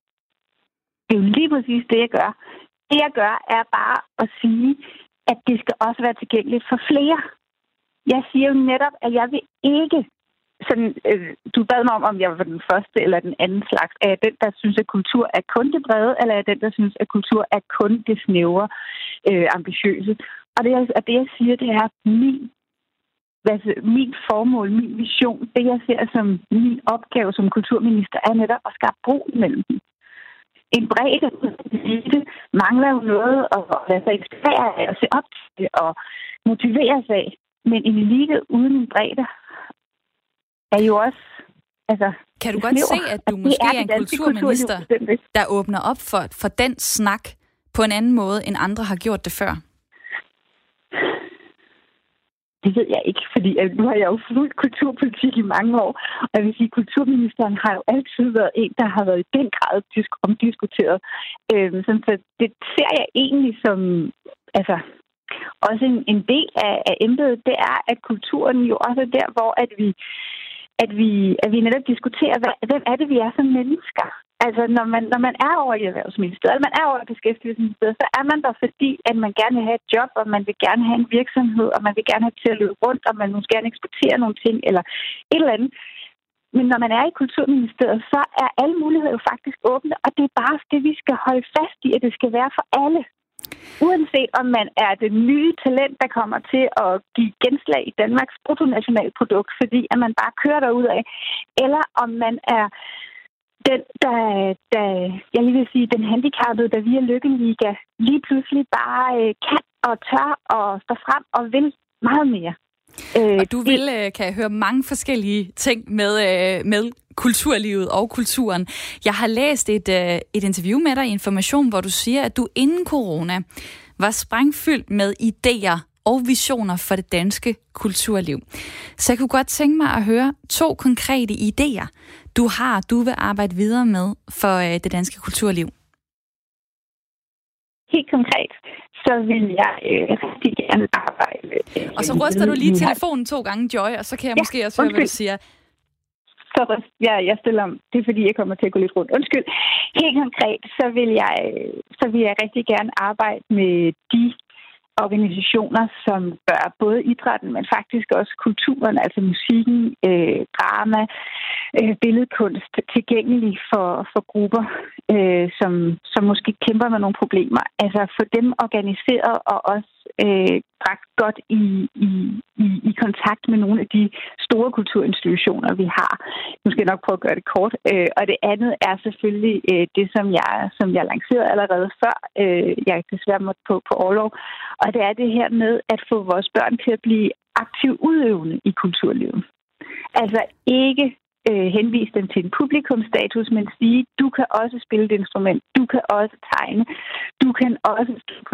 Det er jo lige præcis det, jeg gør. Det, jeg gør, er bare at sige, at det skal også være tilgængeligt for flere. Jeg siger jo netop, at jeg vil ikke sådan, øh, du bad mig om, om jeg var den første eller den anden slags. Er jeg den, der synes, at kultur er kun det brede, eller er jeg den, der synes, at kultur er kun det snævre, øh, ambitiøse? Og det, og det, jeg siger, det er min, altså, min formål, min vision, det, jeg ser som min opgave som kulturminister, er netop at skabe bro imellem dem. En bredde elite mangler jo noget at lade sig inspirere af, og se op til og motivere sig af. Men en elite uden en bredde er jo også... Altså, kan du godt se, at du at måske er, er en kulturminister, der åbner op for, for den snak på en anden måde, end andre har gjort det før? Det ved jeg ikke, fordi nu har jeg jo fulgt kulturpolitik i mange år, og jeg vil sige, at kulturministeren har jo altid været en, der har været i den grad omdiskuteret. Øhm, så det ser jeg egentlig som... altså også en, en del af, af embedet, det er, at kulturen jo også er der, hvor at vi, at vi, at vi netop diskuterer, hvad, hvem er det, vi er som mennesker. Altså, når man, når man er over i Erhvervsministeriet, eller man er over i Beskæftigelsesministeriet, så er man der, fordi at man gerne vil have et job, og man vil gerne have en virksomhed, og man vil gerne have til at løbe rundt, og man måske gerne eksportere nogle ting, eller et eller andet. Men når man er i Kulturministeriet, så er alle muligheder jo faktisk åbne, og det er bare det, vi skal holde fast i, at det skal være for alle. Uanset om man er det nye talent, der kommer til at give genslag i Danmarks bruttonationalprodukt, fordi at man bare kører derudad, eller om man er den, der, der, jeg lige vil sige, den handicappede, der via Lykkeliga lige pludselig bare øh, kan og tør og står frem og vil meget mere. Øh, og du vil, øh, kan jeg høre, mange forskellige ting med, øh, med kulturlivet og kulturen. Jeg har læst et, øh, et interview med dig i Information, hvor du siger, at du inden corona var sprængfyldt med idéer og visioner for det danske kulturliv. Så jeg kunne godt tænke mig at høre to konkrete idéer, du har, du vil arbejde videre med for øh, det danske kulturliv. Helt konkret, så vil jeg øh, rigtig gerne arbejde med... Øh, og så ryster du lige telefonen to gange, Joy, og så kan jeg ja, måske også høre, hvad du siger. Så ja, jeg stiller om. Det er fordi, jeg kommer til at gå lidt rundt. Undskyld. Helt konkret, så vil jeg, så vil jeg rigtig gerne arbejde med de organisationer, som gør både idrætten, men faktisk også kulturen, altså musikken, øh, drama, øh, billedkunst, tilgængelig for, for grupper, øh, som, som måske kæmper med nogle problemer. Altså få dem organiseret og også øh, bragt godt i, i, i, i kontakt med nogle af de store kulturinstitutioner, vi har. Nu skal jeg nok prøve at gøre det kort. Øh, og det andet er selvfølgelig øh, det, som jeg, som jeg lancerede allerede før. Øh, jeg desværre måtte på, på orlov. Og det er det her med at få vores børn til at blive aktivt udøvende i kulturlivet. Altså ikke øh, henvise dem til en publikumsstatus, men sige, du kan også spille et instrument, du kan også tegne, du kan også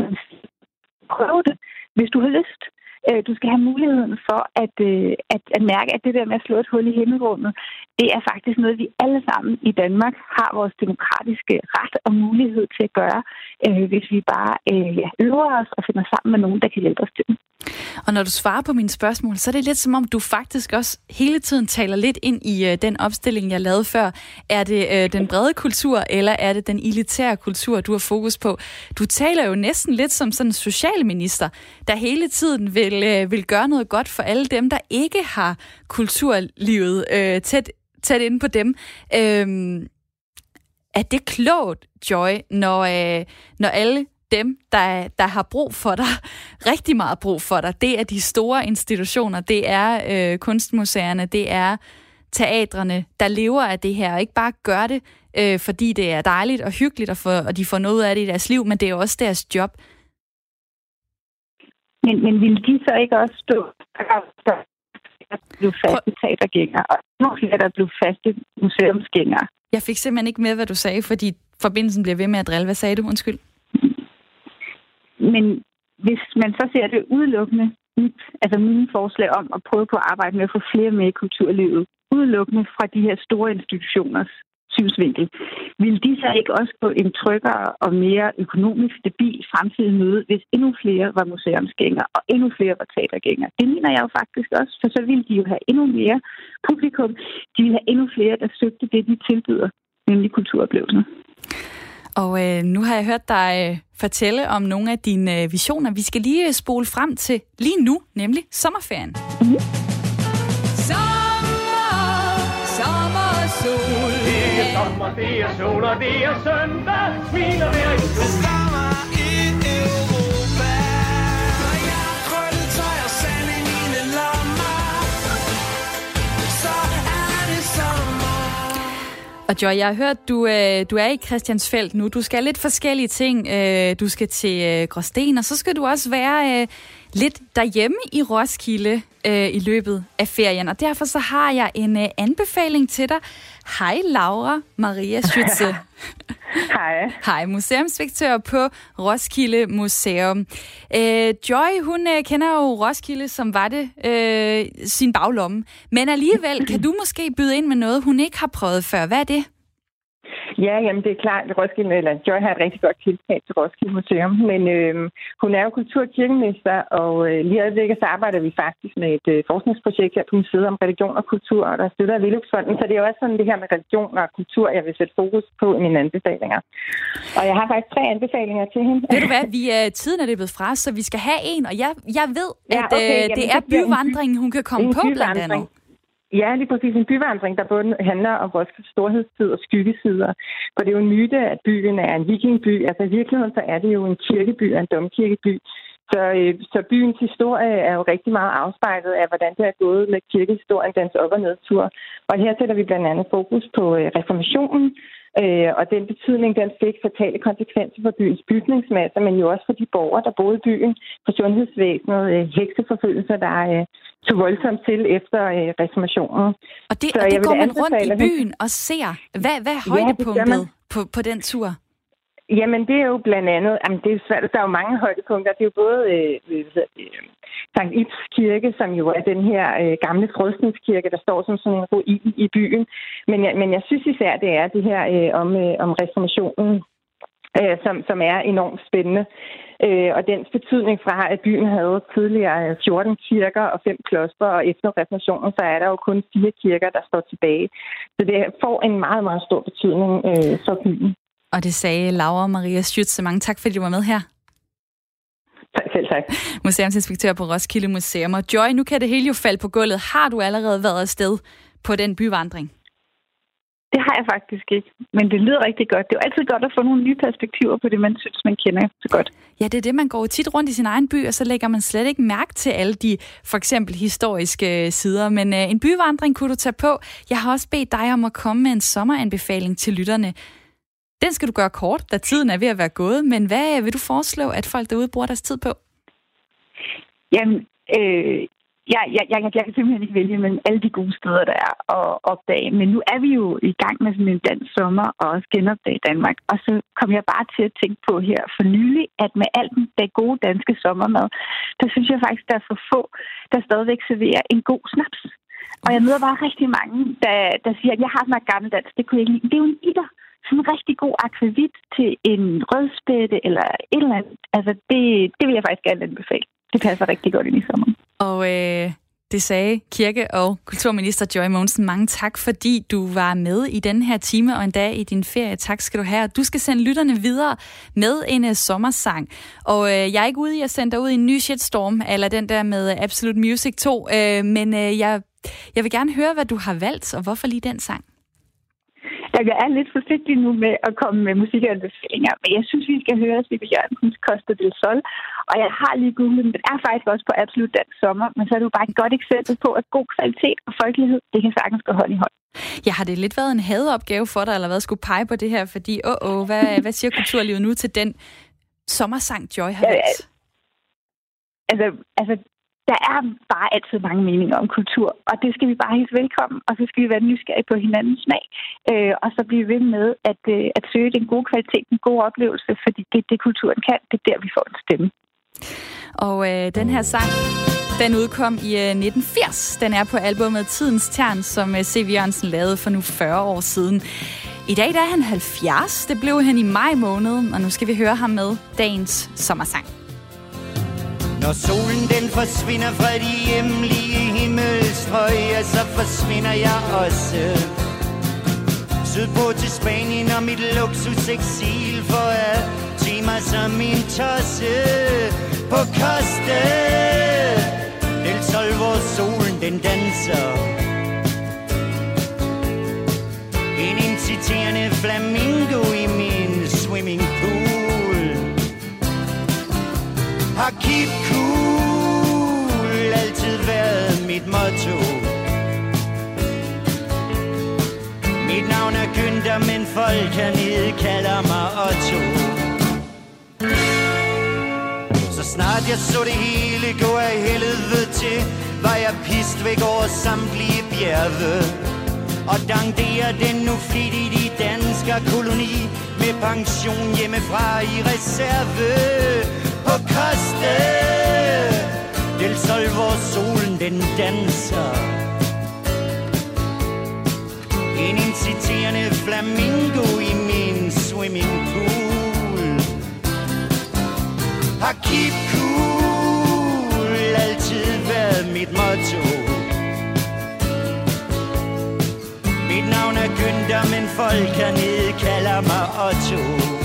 prøve det, hvis du har lyst. Du skal have muligheden for at, at, at mærke, at det der med at slå et hul i himmelrummet, det er faktisk noget, vi alle sammen i Danmark har vores demokratiske ret og mulighed til at gøre, øh, hvis vi bare øh, ja, øver os og finder sammen med nogen, der kan hjælpe os til det. Og når du svarer på mine spørgsmål, så er det lidt som om, du faktisk også hele tiden taler lidt ind i øh, den opstilling, jeg lavede før. Er det øh, den brede kultur, eller er det den elitære kultur, du har fokus på? Du taler jo næsten lidt som sådan en socialminister, der hele tiden vil, øh, vil gøre noget godt for alle dem, der ikke har kulturlivet øh, tæt, tæt inde på dem. Øh, er det klogt, Joy, når, øh, når alle dem, der, der har brug for dig, rigtig meget brug for dig, det er de store institutioner, det er øh, kunstmuseerne, det er teatrene, der lever af det her, og ikke bare gør det, øh, fordi det er dejligt og hyggeligt, og, for, og de får noget af det i deres liv, men det er også deres job. Men, men vil de så ikke også stå, der blev faste teatergængere, og nogle flere, der blev faste museumsgængere? Jeg fik simpelthen ikke med, hvad du sagde, fordi forbindelsen bliver ved med at drille. Hvad sagde du? Undskyld. Men hvis man så ser det udelukkende, altså mine forslag om at prøve på at arbejde med at få flere med i kulturlivet, udelukkende fra de her store institutioners synsvinkel, vil de så ikke også få en tryggere og mere økonomisk stabil fremtidig møde, hvis endnu flere var museumsgængere og endnu flere var teatergængere? Det mener jeg jo faktisk også, for så ville de jo have endnu mere publikum. De ville have endnu flere, der søgte det, de tilbyder, nemlig kulturoplevelser. Og øh, nu har jeg hørt dig øh, fortælle om nogle af dine øh, visioner. Vi skal lige øh, spole frem til lige nu, nemlig sommerferien. Mm-hmm. Sommer, sommer, sol. Det er sommer, det er sol, og det er søndag. Smiler hver i sol. Og Joy, jeg har hørt, du, øh, du er i Christiansfeld nu. Du skal lidt forskellige ting. Øh, du skal til øh, Gråsten, og så skal du også være øh, lidt derhjemme i Roskilde øh, i løbet af ferien. Og derfor så har jeg en øh, anbefaling til dig. Hej Laura Maria Schütze. Hej. Hej, museumsdirektør på Roskilde Museum. Øh, Joy, hun øh, kender jo Roskilde, som var det øh, sin baglomme. Men alligevel kan du måske byde ind med noget, hun ikke har prøvet før. Hvad er det? Ja, jamen det er klart, at Roskilde, eller Joy har et rigtig godt tiltag til Roskilde Museum, men øh, hun er jo kulturkirkeminister, og øh, lige i øjeblikket så arbejder vi faktisk med et øh, forskningsprojekt her på museet om religion og kultur, og der støtter Velux-fonden, så det er jo også sådan det her med religion og kultur, jeg vil sætte fokus på i mine anbefalinger. Og jeg har faktisk tre anbefalinger til hende. Ved du hvad, vi er, tiden er løbet fra, så vi skal have en, og jeg, jeg ved, ja, at okay, øh, jamen, det er byvandringen, hun kan komme på blandt andet. Ja, lige præcis en byvandring, der både handler om Roskildes storhedstid og skyggesider. For det er jo en myte, at byen er en vikingby. Altså i virkeligheden så er det jo en kirkeby og en domkirkeby. Så, øh, så byens historie er jo rigtig meget afspejlet af, hvordan det er gået med kirkehistorien, dens op- og nedtur. Og her sætter vi blandt andet fokus på øh, reformationen, øh, og den betydning, den fik fatale konsekvenser for byens bygningsmasse, men jo også for de borgere, der boede i byen, for sundhedsvæsenet, øh, hekseforfølgelser, der øh, tog voldsomt til efter øh, reformationen. Og det, så og det går man rundt i at... byen og ser. Hvad, hvad er højdepunktet ja, på, på den tur? Jamen, det er jo blandt andet, jamen, det er svært, der er jo mange højdepunkter. Det er jo både øh, øh, Sankt Ibs Kirke, som jo er den her øh, gamle frostningskirke, der står som sådan en ruin i byen. Men jeg, men jeg synes især, det er det her øh, om, øh, om reformationen, øh, som, som er enormt spændende. Øh, og dens betydning fra, at byen havde tidligere fjorten kirker og fem klostre, og efter reformationen, så er der jo kun fire kirker, der står tilbage. Så det får en meget, meget stor betydning øh, for byen. Og det sagde Laura Maria Schütze. Mange tak, fordi du var med her. Tak, selv tak. Museumsinspektør på Roskilde Museum. Og Joy, nu kan det hele jo falde på gulvet. Har du allerede været afsted på den byvandring? Det har jeg faktisk ikke, men det lyder rigtig godt. Det er jo altid godt at få nogle nye perspektiver på det, man synes, man kender så godt. Ja, det er det, man går tit rundt i sin egen by, og så lægger man slet ikke mærke til alle de for eksempel historiske sider. Men øh, en byvandring kunne du tage på. Jeg har også bedt dig om at komme med en sommeranbefaling til lytterne. Den skal du gøre kort, da tiden er ved at være gået, men hvad vil du foreslå, at folk derude bruger deres tid på? Jamen, øh, jeg, jeg, jeg, jeg kan simpelthen ikke vælge mellem alle de gode steder, der er at opdage. Men nu er vi jo i gang med sådan en dansk sommer og også genopdage Danmark. Og så kom jeg bare til at tænke på her for nylig, at med alt den gode danske sommermad, der synes jeg faktisk, der er for få, der stadigvæk serverer en god snaps. Og jeg møder bare rigtig mange, der, der siger, at jeg har smagt gammeldansk, det kunne jeg ikke lide. Det er jo en itter. Sådan en rigtig god akvavit til en rødspætte eller et eller andet. Altså, det, det vil jeg faktisk gerne anbefale. Det passer rigtig godt ind i sommeren. Og øh, det sagde kirke- og kulturminister Joy Mogensen. Mange tak, fordi du var med i den her time og endda i din ferie. Tak skal du have. Du skal sende lytterne videre med en uh, sommersang. Og øh, jeg er ikke ude i at sende dig ud i en ny shitstorm, eller den der med Absolute Music to, øh, men øh, jeg, jeg vil gerne høre, hvad du har valgt, og hvorfor lige den sang. Jeg er lidt forsigtig nu med at komme med musikanbefalinger, men jeg synes, vi skal høre Sive Jørgensens Costa del Sol. Og jeg har lige googlet, men den er faktisk også på Absolut Dansk Sommer, men så er det jo bare et godt eksempel på, at god kvalitet og folkelighed, det kan sagtens gå hånd i hånd. Ja, har det lidt været en hadeopgave for dig, eller hvad skulle pege på det her? Fordi, åh, åh, hvad, hvad siger kulturlivet nu til den sommersang, Joy har valgt? Ja, altså, altså, der er bare altid mange meninger om kultur, og det skal vi bare hilse velkommen, og så skal vi være nysgerrige på hinandens smag, øh, og så blive ved med at, øh, at søge den gode kvalitet, den gode oplevelse, fordi det er det, kulturen kan, det er der, vi får en stemme. Og øh, den her sang, den udkom i øh, nitten firs. Den er på albumet Tidens Tern, som øh, Sive Jørgensen lavede for nu fyrre år siden. I dag der er han halvfjerds, det blev han i maj måned, og nu skal vi høre ham med dagens sommersang. Når solen den forsvinder fra de hjemlige himmelstrøg, så forsvinder jeg også sydpå til Spanien og mit luksuseksil for at tage mig som en tosse på Costa del Sol, hvor solen den danser. En inciterende flamingo i min swimmingpool. Har keep cool altid været mit motto. Mit navn er Günther, men folk hernede kalder mig Otto. Så snart jeg så det hele gå af helvede til, var jeg pist væk over samtlige bjerge. Og dankderer den nu flittigt i dansker koloni, med pension hjemmefra i reserve. På Costa del Sol, hvor solen den danser. En inciterende flamingo i min swimmingpool. Har keep cool altid været mit motto. Mit navn er Günther, men folk hernede kalder mig Otto.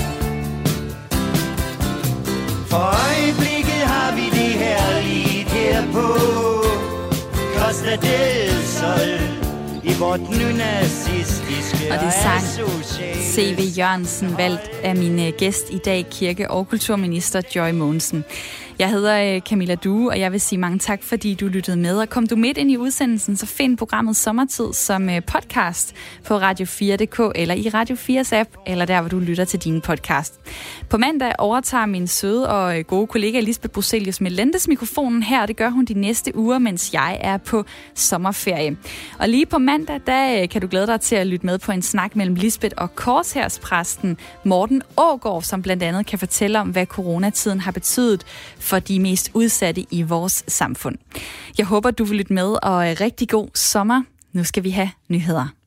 For øjeblikket har vi det herligt her på Costa del Sol i vort nynazistiske. Og det sang Sive Jørgensen, valgt af min gæst i dag, kirke- og kulturminister Joy Mogensen. Jeg hedder Camilla Due, og jeg vil sige mange tak, fordi du lyttede med. Og kom du midt ind i udsendelsen, så find programmet Sommertid som podcast på radio fire punktum d k eller i Radio fires app, eller der, hvor du lytter til dine podcast. På mandag overtager min søde og gode kollega Lisbeth Bruselius Melendez mikrofonen her, og det gør hun de næste uger, mens jeg er på sommerferie. Og lige på mandag, der kan du glæde dig til at lytte med på en snak mellem Lisbeth og Korshærspræsten Morten Aagaard, som blandt andet kan fortælle om, hvad coronatiden har betydet for de mest udsatte i vores samfund. Jeg håber, du vil lytte med, og rigtig god sommer. Nu skal vi have nyheder.